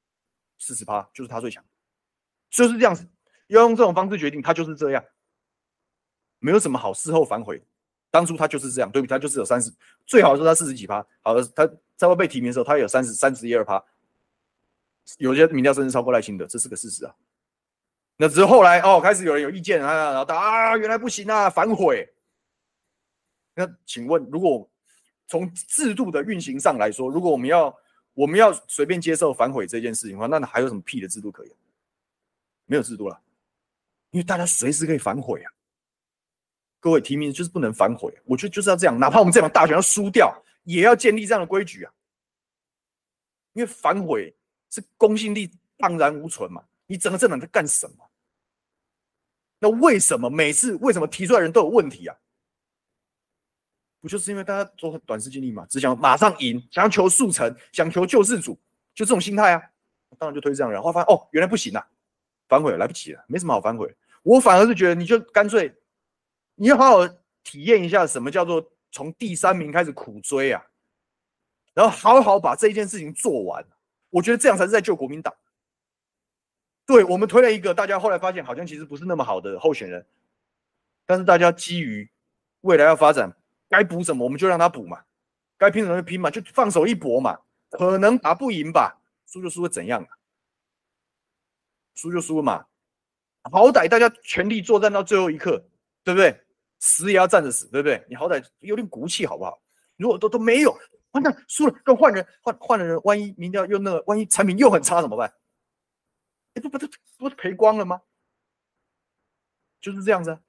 ，40%就是他最强，就是这样子，要用这种方式决定，他就是这样，没有什么好事后反悔。当初他就是这样，对不对？他就是有30，最好的时候他40几%，好的，他在会被提名的时候，他有31%，有些民调甚至超过赖清德，这是个事实啊。那只是后来开始有人有意见啊，然后原来不行啊，反悔。那请问，如果从制度的运行上来说，如果我们要随便接受反悔这件事情的话，那还有什么屁的制度可言？没有制度了，因为大家随时可以反悔啊。各位提名就是不能反悔，我觉得就是要这样，哪怕我们这场大选要输掉，也要建立这样的规矩啊。因为反悔是公信力荡然无存嘛，你整个政党在干什么？那为什么提出来的人都有问题啊？不就是因为大家都很短视近利嘛，只想马上赢，想要求速成，想求救世主，就这种心态啊。当然就推这样的人，后来发现原来不行啊，反悔了，来不及了，没什么好反悔。我反而是觉得，你就干脆你要好好体验一下什么叫做从第3名开始苦追啊，然后好好把这一件事情做完。我觉得这样才是在救国民党。对，我们推了一个大家后来发现好像其实不是那么好的候选人，但是大家基于未来要发展，该补什么我们就让他补嘛，该拼什么就拼嘛，就放手一搏嘛。可能打不赢吧，输就输会怎样啊？输就输了嘛，好歹大家全力作战到最后一刻，对不对？死也要站着死，对不对？你好歹有点骨气好不好？如果都没有，完蛋输了，跟换人换了人，万一民调又那个，万一产品又很差怎么办？不是赔光了吗？就是这样子啊。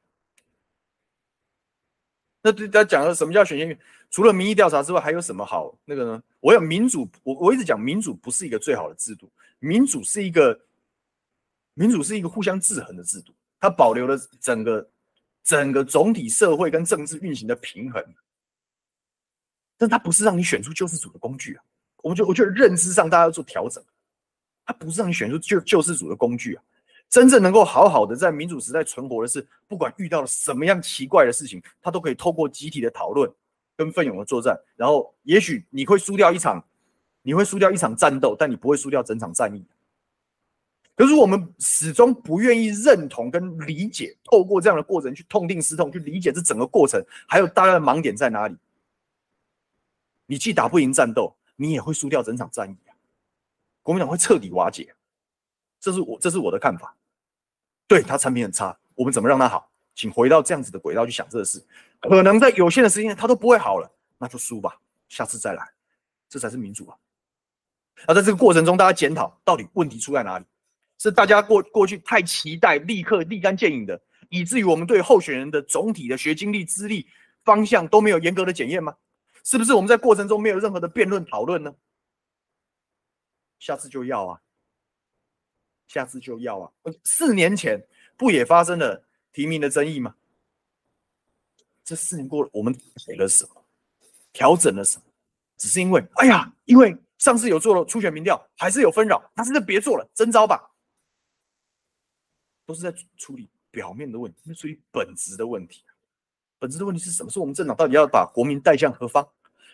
那对他讲了什么叫选先，除了民意调查之外，还有什么好那个呢？我有民主，我一直讲民主不是一个最好的制度，民主是一个互相制衡的制度，它保留了整个总体社会跟政治运行的平衡，但它不是让你选出救世主的工具啊。我觉得认知上大家要做调整，它不是让你选出救世主的工具啊。真正能够好好的在民主时代存活的是，不管遇到了什么样奇怪的事情，他都可以透过集体的讨论跟奋勇的作战，然后也许你会输掉一场战斗，但你不会输掉整场战役。可是我们始终不愿意认同跟理解，透过这样的过程去痛定思痛，去理解这整个过程，还有大家的盲点在哪里。你既打不赢战斗，你也会输掉整场战役啊！国民党会彻底瓦解，这是我的看法。对，他产品很差，我们怎么让他好？请回到这样子的轨道去想这个事。可能在有限的时间他都不会好了，那就输吧，下次再来，这才是民主啊！在这个过程中，大家检讨到底问题出在哪里？是大家过去太期待，立刻立竿见影的，以至于我们对候选人的总体的学经历、资历、方向都没有严格的检验吗？是不是我们在过程中没有任何的辩论讨论呢？下次就要啊！下次就要啊！4年前不也发生了提名的争议吗？这4年过了，我们改了什么？调整了什么？只是因为上次有做了初选民调，还是有纷扰，那真的别做了，征召吧。都是在处理表面的问题，在处理本质的问题。本质的问题是什么？是我们政党到底要把国民带向何方？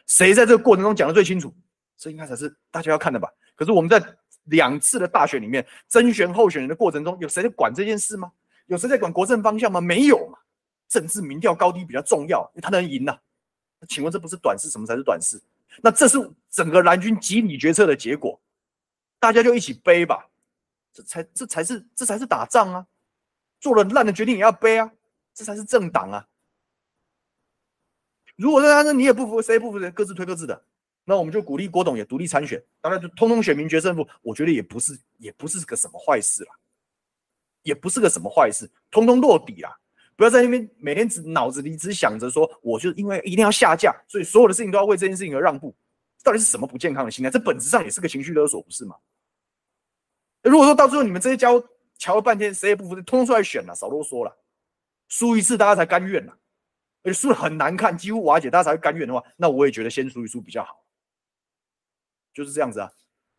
谁在这个过程中讲的最清楚？这应该才是大家要看的吧？可是我们在2次的大选里面，甄选候选人的过程中，有谁在管这件事吗？有谁在管国政方向吗？没有嘛。政治民调高低比较重要，因为他能赢啊。请问这不是短视？什么才是短视？那这是整个蓝军集体决策的结果，大家就一起背吧。这才是打仗啊！做了烂的决定也要背啊，这才是政党啊。如果那你也不服，谁也不服，各自推各自的。那我们就鼓励郭董也独立参选，当然就通通选民决胜负。我觉得也不是个什么坏事啦，也不是个什么坏事，通通落底啦。不要在那边每天脑子里只想着说，我就因为一定要下架，所以所有的事情都要为这件事情而让步。到底是什么不健康的心态？这本质上也是个情绪勒索，不是吗？如果说到最后你们这些家伙瞧了半天，谁也不服，通通出来选了，少啰嗦了。输一次大家才甘愿了，而且输得很难看，几乎瓦解，大家才会甘愿的话，那我也觉得先输一输比较好。就是这样子啊。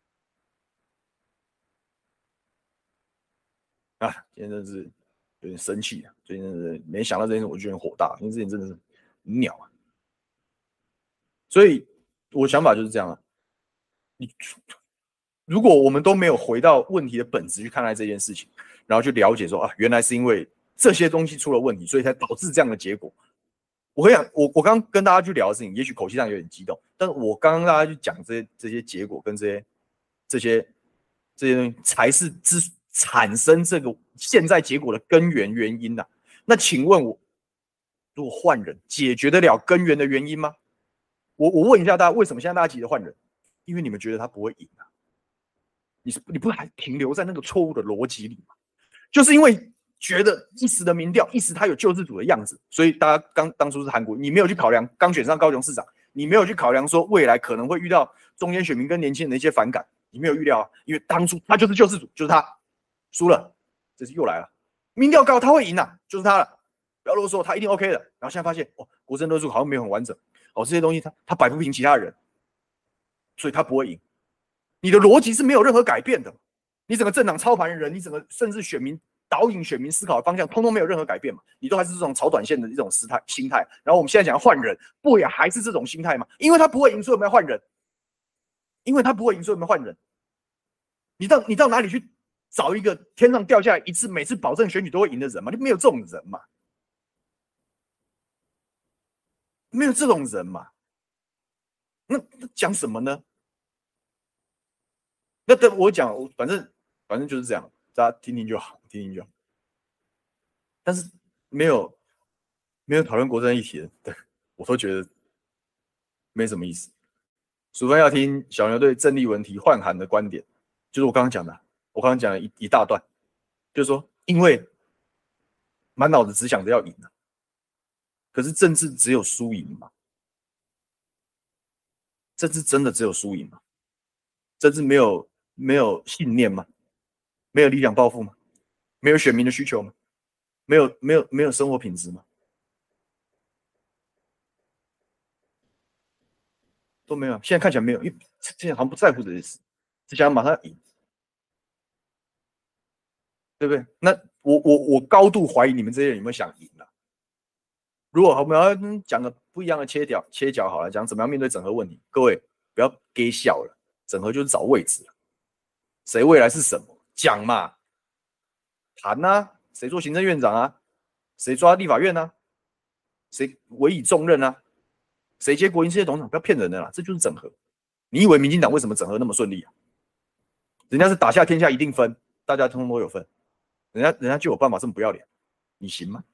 今天真的是有点生气啊！最近真的没想到这件事，我就有点火大，因为之前真的是鸟啊。所以我想法就是这样啊。如果我们都没有回到问题的本质去看待这件事情，然后去了解说原来是因为这些东西出了问题，所以才导致这样的结果。我跟你讲，我刚跟大家去聊的事情，也许口气上有点激动，但是我刚刚大家去讲这些结果跟这些东西，才是产生这个现在结果的根源原因啊。那请问我，如果换人解决得了根源的原因吗？我问一下大家，为什么现在大家急着换人？因为你们觉得他不会赢啊。你不还停留在那个错误的逻辑里吗？就是因为觉得一时的民调，一时他有救世主的样子，所以大家当初是韩国，你没有去考量刚选上高雄市长，你没有去考量说未来可能会遇到中间选民跟年轻人的一些反感，你没有预料啊，因为当初他就是救世主，就是他输了，这次又来了，民调高他会赢啊，就是他了，不要啰嗦，他一定 OK 的。然后现在发现国政论述好像没有很完整，这些东西他摆不平其他人，所以他不会赢。你的逻辑是没有任何改变的，你整个政党操盘的人，你整个甚至选民导引选民思考的方向，通通没有任何改变嘛？你都还是这种炒短线的一种心态。然后我们现在讲要换人，不也还是这种心态吗？因为他不会赢，所以我们要换人。因为他不会赢，所以我们要换人。你到哪里去找一个天上掉下来一次，每次保证选举都会赢的人嘛？就没有这种人嘛？没有这种人嘛？那讲什么呢？那我讲，反正就是这样，大家听听就好，听听就好。但是没有讨论国政议题的，对我都觉得没什么意思。除非要听小牛对郑丽文提换韩的观点，就是我刚刚讲的，一大段，就是说，因为满脑子只想着要赢啊，可是政治只有输赢嘛？政治真的只有输赢吗？政治没有信念吗？没有理想抱负吗？没有选民的需求吗？没有生活品质吗？都没有。现在看起来没有，因为现在好像不在乎这件事，只想马上赢，对不对？那我高度怀疑你们这些人有没有想赢啊？如果我们要讲个不一样的切角好了，讲怎么样面对整合问题，各位不要给笑了，整合就是找位置了，谁未来是什么讲嘛，谈啊，谁做行政院长啊，谁抓立法院啊，谁委以重任啊，谁接国营事业董事长，不要骗人的啦，这就是整合。你以为民进党为什么整合那么顺利啊？人家是打下天下一定分，大家通通都有分，人家就有办法这么不要脸，你行吗？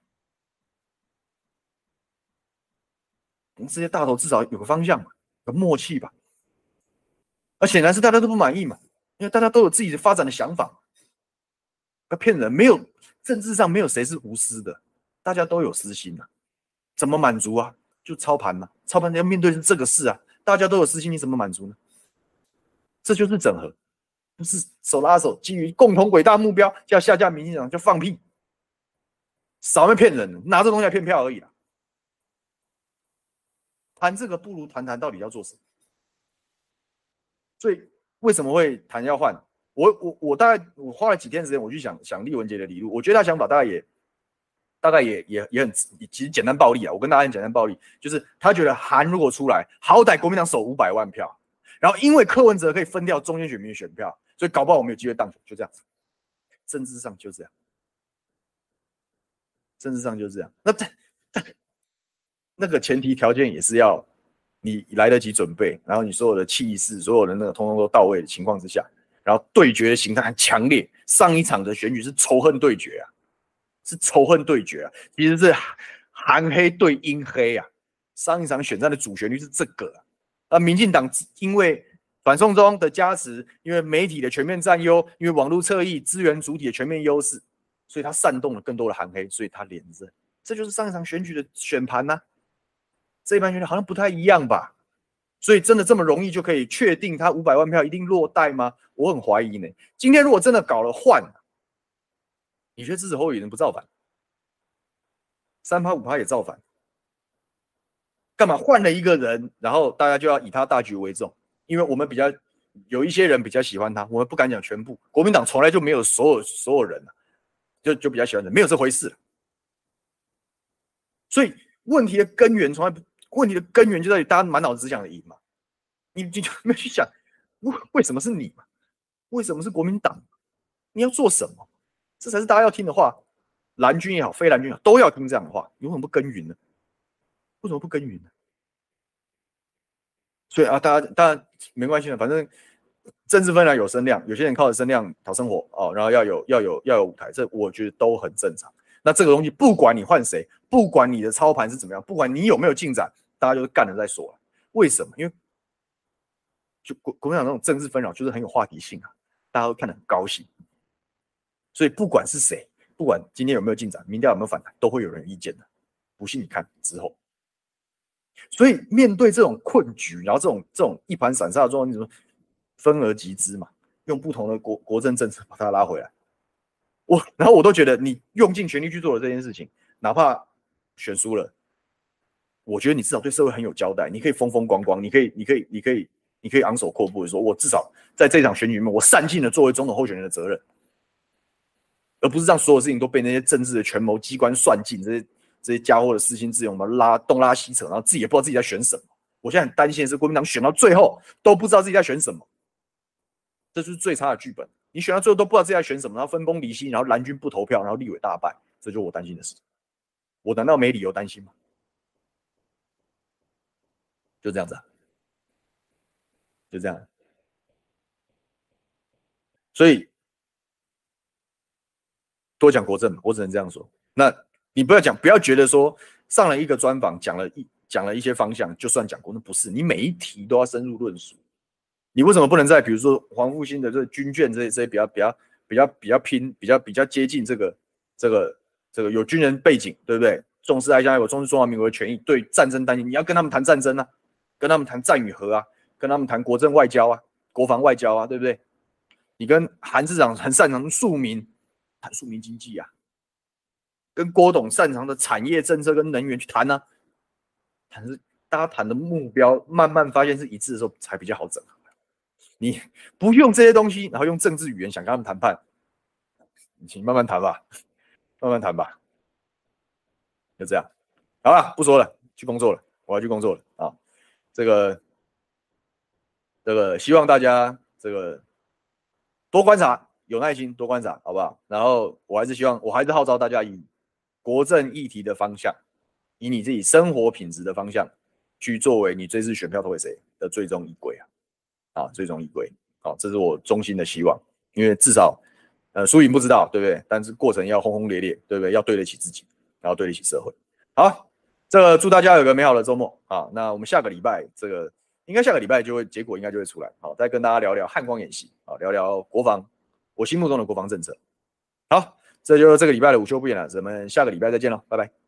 我们这些大头至少有个方向嘛，有默契吧。而显然是大家都不满意嘛，因为大家都有自己的发展的想法。不要骗人，没有政治上没有谁是无私的，大家都有私心啊。怎么满足啊？就操盘嘛，操盘要面对是这个事啊，大家都有私心，你怎么满足呢？这就是整合，不是手拉手，基于共同伟大目标叫下架民进党就放屁，少面骗人，拿这东西来骗票而已啦。谈这个不如谈到底要做什么。所以为什么会谈要换？我大概花了几天时间，我去想立文杰的理路，我觉得他想法大概大概也很其实简单暴力啊。我跟大家讲简单暴力，就是他觉得韩如果出来，好歹国民党守500万票，然后因为柯文哲可以分掉中间选民的选票，所以搞不好我们有机会当选，就这样子。政治上就这样，政治上就这样。那个前提条件也是要你来得及准备，然后你所有的气势、所有的那个通通都到位的情况之下，然后对决的形态很强烈。上一场的选举是仇恨对决啊，是仇恨对决啊，其实是韩黑对阴黑啊。上一场选战的主旋律是这个啊。民进党因为反送中的加持，因为媒体的全面占优，因为网络侧翼资源主体的全面优势，所以他煽动了更多的韩黑，所以他连任。这就是上一场选举的选盘啊。这一盘选举好像不太一样吧？所以真的这么容易就可以确定他500万票一定落袋吗？我很怀疑呢。今天如果真的搞了换，你觉得支持侯友宜能不造反？3%、5%也造反，干嘛换了一个人，然后大家就要以他大局为重？因为我们比较有一些人比较喜欢他，我们不敢讲全部。国民党从来就没有所有人就比较喜欢人，没有这回事。所以问题的根源从来不。问题的根源就在于大家满脑子只想着赢嘛，你就没有去想为什么是你嘛？为什么是国民党？你要做什么？这才是大家要听的话。蓝军也好，非蓝军也好，都要听这样的话。你为什么不耕耘呢？为什么不耕耘呢？所以啊，大家当然没关系的，反正政治分量有声量，有些人靠着声量讨生活哦，然后要有舞台，这我觉得都很正常。那这个东西，不管你换谁，不管你的操盘是怎么样，不管你有没有进展，大家就是干了再说了。为什么？因为就国民党那种政治纷扰就是很有话题性啊，大家都看得很高兴。所以不管是谁，不管今天有没有进展，民调有没有反弹，都会有人有意见的。不信你看之后。所以面对这种困局，然后这种一盘散沙的状况，你怎么分而集之嘛？用不同的国政政策把它拉回来。然后我都觉得你用尽全力去做了这件事情，哪怕选输了，我觉得你至少对社会很有交代。你可以风风光光，你可以昂首阔步的说，我至少在这场选举里面，我善尽了作为总统候选人的责任，而不是让所有事情都被那些政治的权谋机关算尽，这些家伙的私心自用，东拉西扯，然后自己也不知道自己在选什么。我现在很担心的是，国民党选到最后都不知道自己在选什么，这就是最差的剧本。你选到最后都不知道自己在选什么，然后分崩离析，然后蓝军不投票，然后立委大败，这就是我担心的事。我难道没理由担心吗？就这样子啊，就这样。所以多讲国政嘛，我只能这样说。那你不要觉得说上了一个专访讲了一些方向就算讲国政，不是，你每一题都要深入论述。你为什么不能在比如说黄复兴的这军眷这些比较拼、比较接近这个有军人背景，对不对？重视爱乡爱国，重视中华民国的权益，对战争担心，你要跟他们谈战争啊，跟他们谈战与和啊，跟他们谈国政外交啊，国防外交啊，对不对？你跟韩市长很擅长庶民，谈庶民经济啊，跟郭董擅长的产业政策跟能源去谈啊，大家谈的目标慢慢发现是一致的时候，才比较好整合。你不用这些东西，然后用政治语言想跟他们谈判，请慢慢谈吧，慢慢谈吧，就这样。好了，不说了，去工作了，我要去工作了啊。这个希望大家多观察，有耐心，多观察，好不好？然后我还是号召大家以国政议题的方向，以你自己生活品质的方向，去作为你这次选票投给谁的最终依归啊，最终依归。好，这是我衷心的希望，因为至少输赢不知道，对不对？但是过程要轰轰烈烈，对不对？要对得起自己，然后对得起社会。好，祝大家有个美好的周末啊！那我们下个礼拜应该下个礼拜结果应该就会出来，好，再跟大家聊聊汉光演习啊，聊聊国防，我心目中的国防政策。好，这就是这个礼拜的午休不演了，咱们下个礼拜再见喽，拜拜。